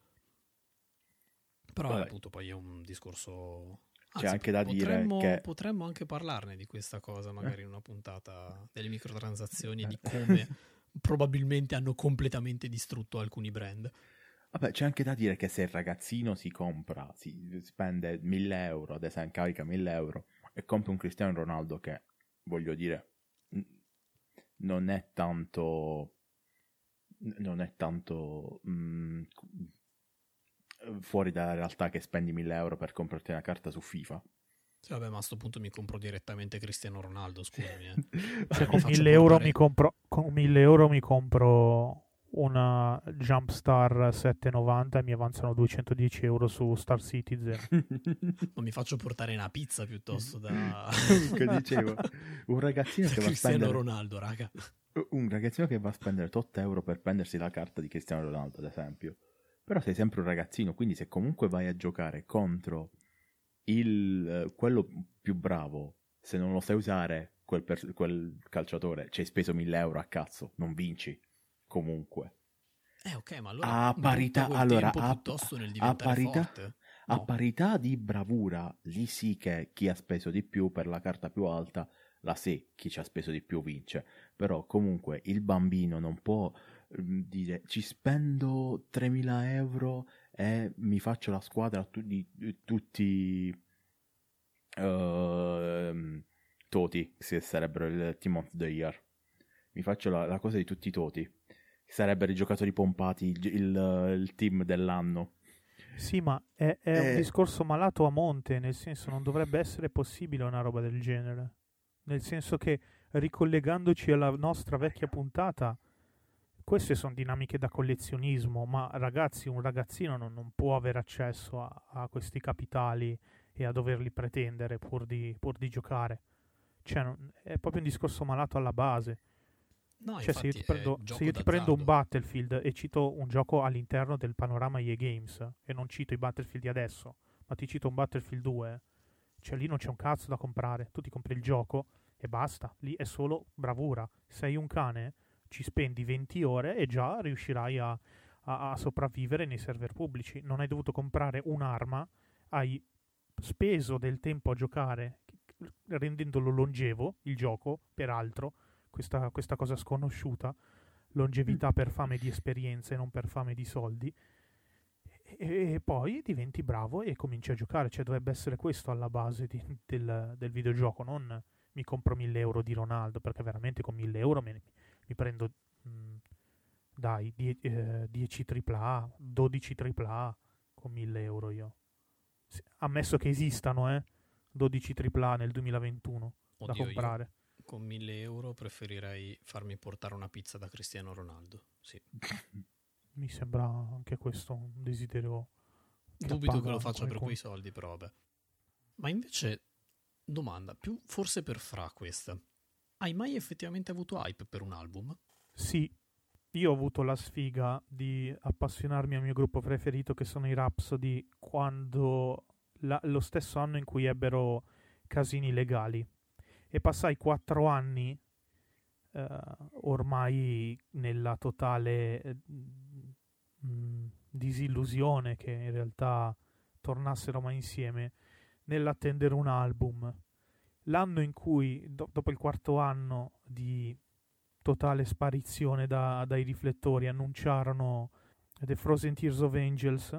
Però appunto poi è un discorso. C'è anche da dire che potremmo anche parlarne di questa cosa magari in una puntata delle microtransazioni e di come probabilmente hanno completamente distrutto alcuni brand. Vabbè, c'è anche da dire che se il ragazzino si spende 1.000 euro, ad esempio carica 1.000 euro e compra un Cristiano Ronaldo che, voglio dire, non è tanto fuori dalla realtà che spendi 1.000 euro per comprarti una carta su FIFA. Sì, vabbè, ma a sto punto mi compro direttamente Cristiano Ronaldo, scusami. Cioè, con 1.000 euro mi compro una Jumpstar 790 e mi avanzano 210 euro su Star Citizen. Ma mi faccio portare una pizza piuttosto da... Che dicevo, un ragazzino che va a spendere... Ronaldo, raga. Un ragazzino che va a spendere 8 euro per prendersi la carta di Cristiano Ronaldo, ad esempio. Però sei sempre un ragazzino, quindi se comunque vai a giocare contro quello più bravo, se non lo sai usare, quel calciatore, ci hai speso 1.000 euro a cazzo, non vinci. Comunque. Ok, ma allora a parità, piuttosto nel diventare forte. No. A parità di bravura, lì sì che chi ha speso di più per la carta più alta, chi ci ha speso di più vince. Però comunque il bambino non può dire ci spendo 3.000 euro e mi faccio la squadra di tutti Toti, che sarebbero il Team of the Year. Mi faccio la cosa di tutti i Toti. Sarebbero i giocatori pompati, il team dell'anno. Sì, ma è un discorso malato a monte, nel senso non dovrebbe essere possibile una roba del genere. Nel senso che, ricollegandoci alla nostra vecchia puntata, queste sono dinamiche da collezionismo, ma ragazzi, un ragazzino non può avere accesso a questi capitali e a doverli pretendere pur di giocare. Cioè, è proprio un discorso malato alla base. No, Cioè, infatti è se gioco io ti prendo un d'azzardo. Battlefield e cito un gioco all'interno del panorama EA Games, e non cito i Battlefield di adesso, ma ti cito un Battlefield 2, cioè lì non c'è un cazzo da comprare. Tu ti compri il gioco e basta. Lì è solo bravura. Sei un cane, ci spendi 20 ore e già riuscirai a sopravvivere nei server pubblici. Non hai dovuto comprare un'arma, hai speso del tempo a giocare, rendendolo longevo il gioco, peraltro, questa cosa sconosciuta, longevità per fame di esperienze, non per fame di soldi, e poi diventi bravo e cominci a giocare. Cioè, dovrebbe essere questo alla base del videogioco, non mi compro 1000 euro di Ronaldo, perché veramente con 1000 euro mi prendo, dai, 10 AAA, 12 AAA con 1000 euro io. Ammesso che esistano, 12 AAA nel 2021 da Oddio, io comprare. con 1000 euro preferirei farmi portare una pizza da Cristiano Ronaldo. Sì. Mi sembra anche questo un desiderio che Dubito che appaga lo in faccia per qualcuno. quei soldi, però vabbè. Ma invece, domanda, più forse per Fra questa. Hai mai effettivamente avuto hype per un album? Sì, io ho avuto la sfiga di appassionarmi al mio gruppo preferito, che sono i Rhapsody, quando lo stesso anno in cui ebbero casini legali, e passai 4 anni, ormai nella totale disillusione che in realtà tornassero mai insieme, nell'attendere un album. L'anno in cui, dopo il quarto anno di totale sparizione dai riflettori, annunciarono The Frozen Tears of Angels,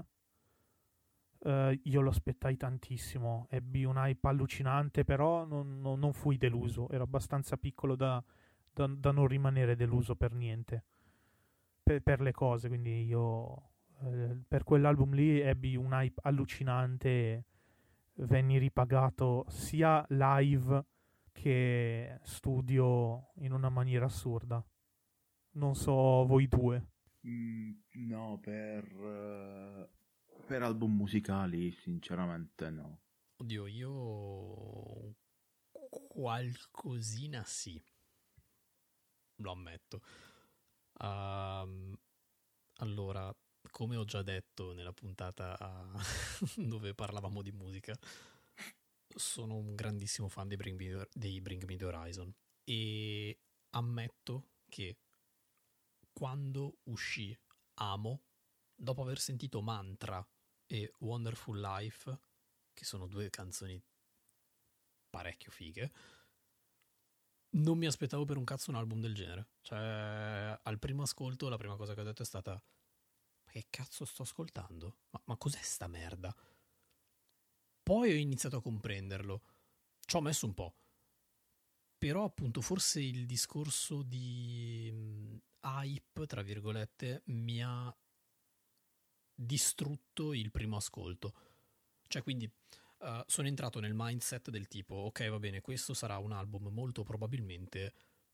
io lo aspettai tantissimo, ebbi un hype allucinante, però non fui deluso, ero abbastanza piccolo da non rimanere deluso per niente, per le cose, quindi io, per quell'album lì ebbi un hype allucinante, e venni ripagato sia live che studio in una maniera assurda. Non so voi due. No, per album musicali, sinceramente no. Oddio, io qualcosina sì, lo ammetto. Ehm, allora, come ho già detto nella puntata dove parlavamo di musica, sono un grandissimo fan dei Bring Me the Horizon e ammetto che quando uscì Amo, dopo aver sentito Mantra e Wonderful Life, che sono due canzoni parecchio fighe, non mi aspettavo per un cazzo un album del genere. Cioè, al primo ascolto la prima cosa che ho detto è stata: ma che cazzo sto ascoltando? Ma cos'è sta merda? Poi ho iniziato a comprenderlo. Ci ho messo un po'. Però appunto forse il discorso di hype, tra virgolette, mi ha distrutto il primo ascolto. Cioè, quindi sono entrato nel mindset del tipo: ok, va bene, questo sarà un album molto probabilmente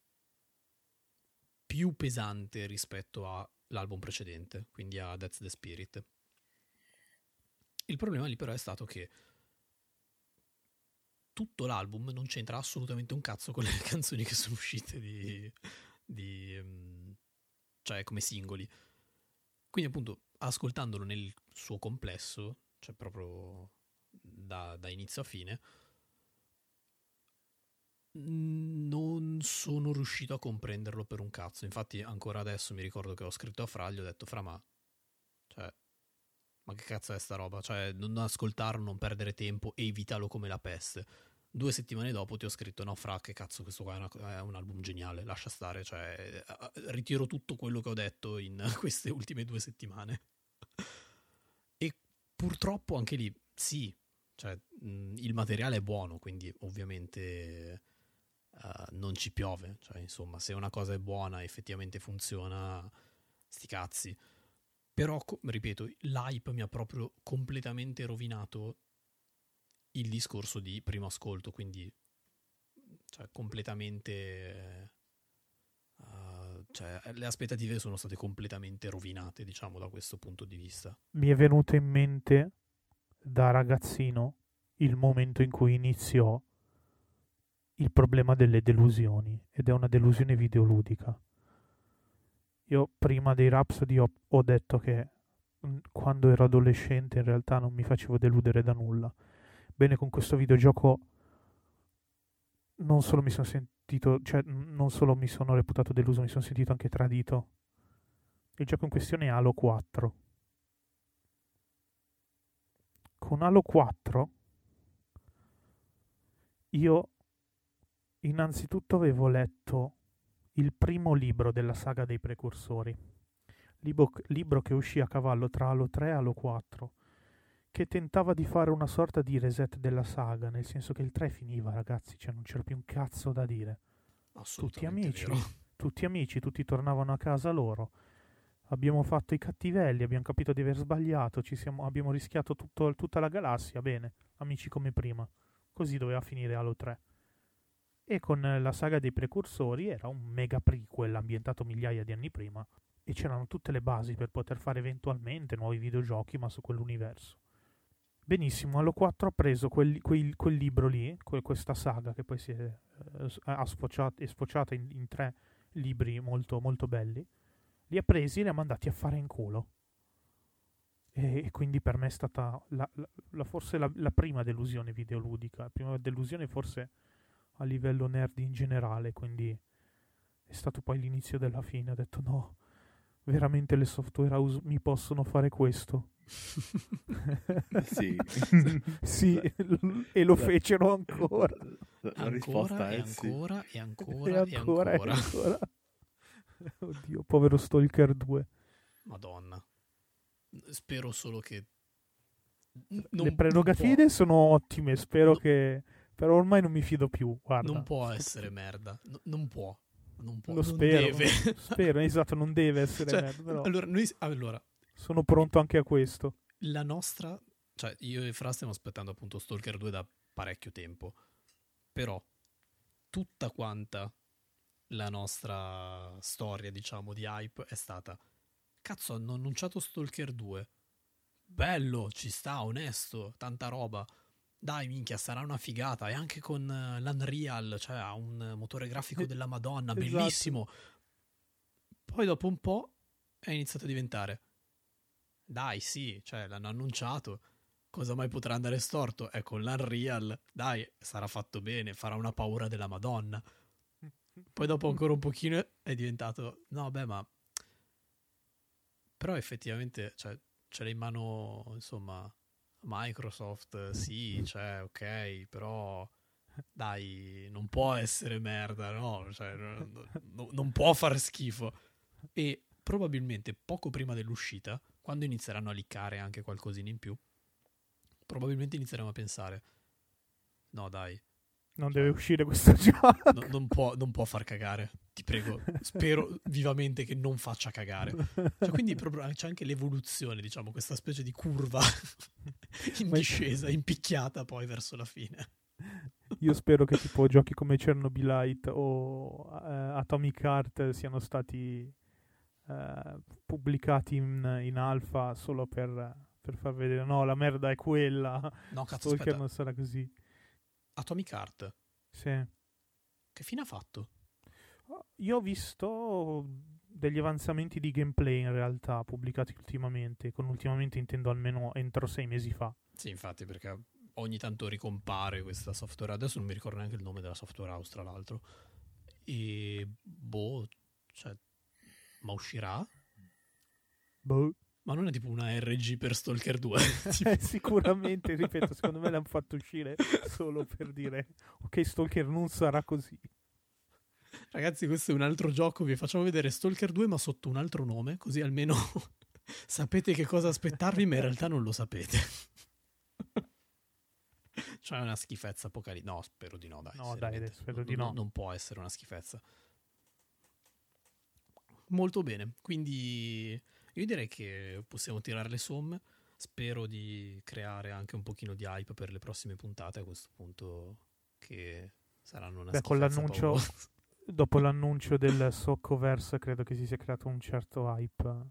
più pesante rispetto all'album precedente, quindi a That's the Spirit. Il problema lì però è stato che tutto l'album non c'entra assolutamente un cazzo con le canzoni che sono uscite cioè come singoli. Quindi appunto, ascoltandolo nel suo complesso, cioè proprio da inizio a fine, non sono riuscito a comprenderlo per un cazzo. Infatti ancora adesso mi ricordo che ho scritto a Fra, gli ho detto: Fra, cioè, ma che cazzo è sta roba? Cioè, non ascoltarlo, non perdere tempo, evitalo come la peste. 2 settimane dopo ti ho scritto: no Fra, che cazzo, questo qua è un album geniale, lascia stare, cioè ritiro tutto quello che ho detto in queste ultime 2 settimane. E purtroppo anche lì, sì, cioè, il materiale è buono, quindi ovviamente non ci piove, cioè insomma, se una cosa è buona, effettivamente funziona, sti cazzi. Però, ripeto, l'hype mi ha proprio completamente rovinato il discorso di primo ascolto, quindi cioè completamente cioè le aspettative sono state completamente rovinate, diciamo, da questo punto di vista. Mi è venuto in mente da ragazzino il momento in cui iniziò il problema delle delusioni, ed è una delusione videoludica. Io prima dei Rhapsody ho detto che quando ero adolescente in realtà non mi facevo deludere da nulla. Bene, con questo videogioco non solo mi sono sentito, cioè non solo mi sono reputato deluso, mi sono sentito anche tradito. Il gioco in questione è Halo 4. Con Halo 4 io innanzitutto avevo letto il primo libro della saga dei precursori, libro che uscì a cavallo tra Halo 3 e Halo 4, che tentava di fare una sorta di reset della saga, nel senso che il 3 finiva, ragazzi, cioè non c'era più un cazzo da dire. Tutti amici, vero. tutti amici, tutti tornavano a casa loro. Abbiamo fatto i cattivelli, abbiamo capito di aver sbagliato, abbiamo rischiato tutta la galassia, bene, amici come prima. Così doveva finire Halo 3. E con la saga dei precursori era un mega prequel ambientato migliaia di anni prima e c'erano tutte le basi per poter fare eventualmente nuovi videogiochi, ma su quell'universo. Benissimo, Halo 4 ha preso quel libro lì, questa saga che poi è sfociata in 3 libri molto, molto belli, li ha presi e li ha mandati a fare in culo. E quindi per me è stata forse la prima delusione videoludica, la prima delusione forse a livello nerd in generale, quindi è stato poi l'inizio della fine. Ho detto no, veramente le software house mi possono fare questo? Sì. Sì, e lo fecero ancora. La risposta è sì. E ancora. Oddio, povero Stalker 2. Madonna. Spero solo che le prerogative sono ottime, spero che... Però ormai non mi fido più, guarda. Non può essere merda. Non può. Lo spero. Deve. Spero, esatto, non deve essere merda. Però Allora, sono pronto anche a questo. La nostra... Cioè, io e Fra stiamo aspettando appunto Stalker 2 da parecchio tempo. Però, tutta quanta la nostra storia, diciamo, di hype è stata: cazzo, hanno annunciato Stalker 2. Bello, ci sta, onesto, tanta roba. Dai, minchia, sarà una figata. E anche con l'Unreal, cioè ha un motore grafico della Madonna, Esatto. bellissimo. Poi dopo un po' è iniziato a diventare: dai, sì, cioè l'hanno annunciato. Cosa mai potrà andare storto? È con l'Unreal. Dai, sarà fatto bene, farà una paura della Madonna. Poi dopo ancora un pochino è diventato: no, beh, ma... Però effettivamente, cioè, ce l'ha in mano, insomma... Microsoft, sì, cioè, ok, però dai, non può essere merda, no? Cioè, non può far schifo. E probabilmente poco prima dell'uscita, quando inizieranno a liccare anche qualcosina in più, probabilmente inizieremo a pensare: no, dai, non deve uscire questo gioco. Non può far cagare. Ti prego, spero vivamente che non faccia cagare. Cioè, quindi proprio c'è anche l'evoluzione, diciamo, questa specie di curva in discesa, impicchiata poi verso la fine. Io spero che tipo giochi come Chernobylite o Atomic Heart siano stati pubblicati in alfa solo per far vedere: no, la merda è quella. No, cazzo, Stalker aspetta. non sarà così. Atomic Heart? Sì. Che fine ha fatto? Io ho visto degli avanzamenti di gameplay in realtà pubblicati ultimamente. Con ultimamente intendo almeno entro 6 mesi fa. Sì, infatti, perché ogni tanto ricompare questa software. Adesso non mi ricordo neanche il nome della software house, tra l'altro. E cioè, ma uscirà? Boh. Ma non è tipo una RG per Stalker 2? Sicuramente, ripeto, secondo me l'hanno fatto uscire solo per dire: ok, Stalker non sarà così. Ragazzi, questo è un altro gioco, vi facciamo vedere Stalker 2 ma sotto un altro nome, così almeno sapete che cosa aspettarvi, ma in realtà non lo sapete. Cioè è una schifezza apocalittica. No, spero di no, dai. No, dai, spero di no. Non può essere una schifezza. Molto bene, quindi io direi che possiamo tirare le somme. Spero di creare anche un pochino di hype per le prossime puntate a questo punto, che Saranno una Beh, con schifezza l'annuncio, paurosa. dopo l'annuncio del Soccoverse, credo che si sia creato un certo hype.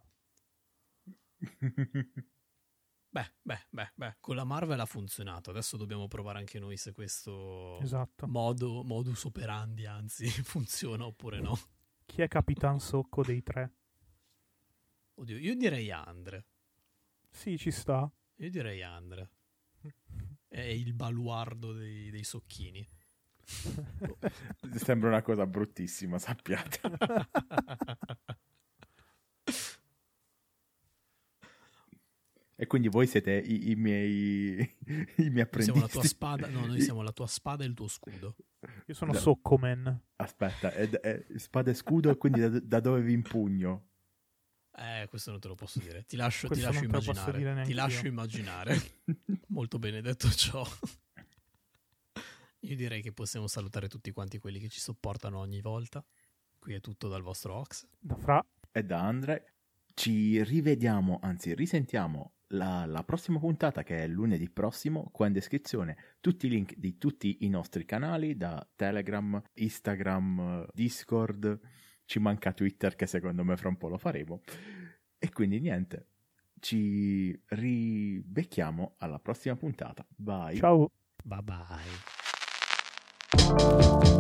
Beh, con la Marvel ha funzionato. Adesso dobbiamo provare anche noi se questo Esatto. modus operandi, anzi, funziona oppure no. Chi è Capitan Socco dei tre? Oddio, io direi Andre. Sì, ci sta. Io direi Andre. È il baluardo dei socchini. Sembra una cosa bruttissima, sappiate. E quindi voi siete i miei apprendisti. Siamo la tua spada. No, noi siamo la tua spada e il tuo scudo. Io sono Soccoman. Aspetta, è spada e scudo, e quindi da dove vi impugno? Questo non te lo posso dire. Ti lascio Questo non te lo posso immaginare. dire neanche Ti lascio io. immaginare. Molto bene, detto ciò. Io direi che possiamo salutare tutti quanti quelli che ci sopportano ogni volta. Qui è tutto dal vostro Ox. Da Fra. E da Andre. Ci rivediamo, anzi risentiamo la prossima puntata, che è lunedì prossimo. Qua in descrizione tutti i link di tutti i nostri canali, da Telegram, Instagram, Discord. Ci manca Twitter, che secondo me fra un po' lo faremo. E quindi niente, ci ribecchiamo alla prossima puntata. Bye. Ciao. Bye bye.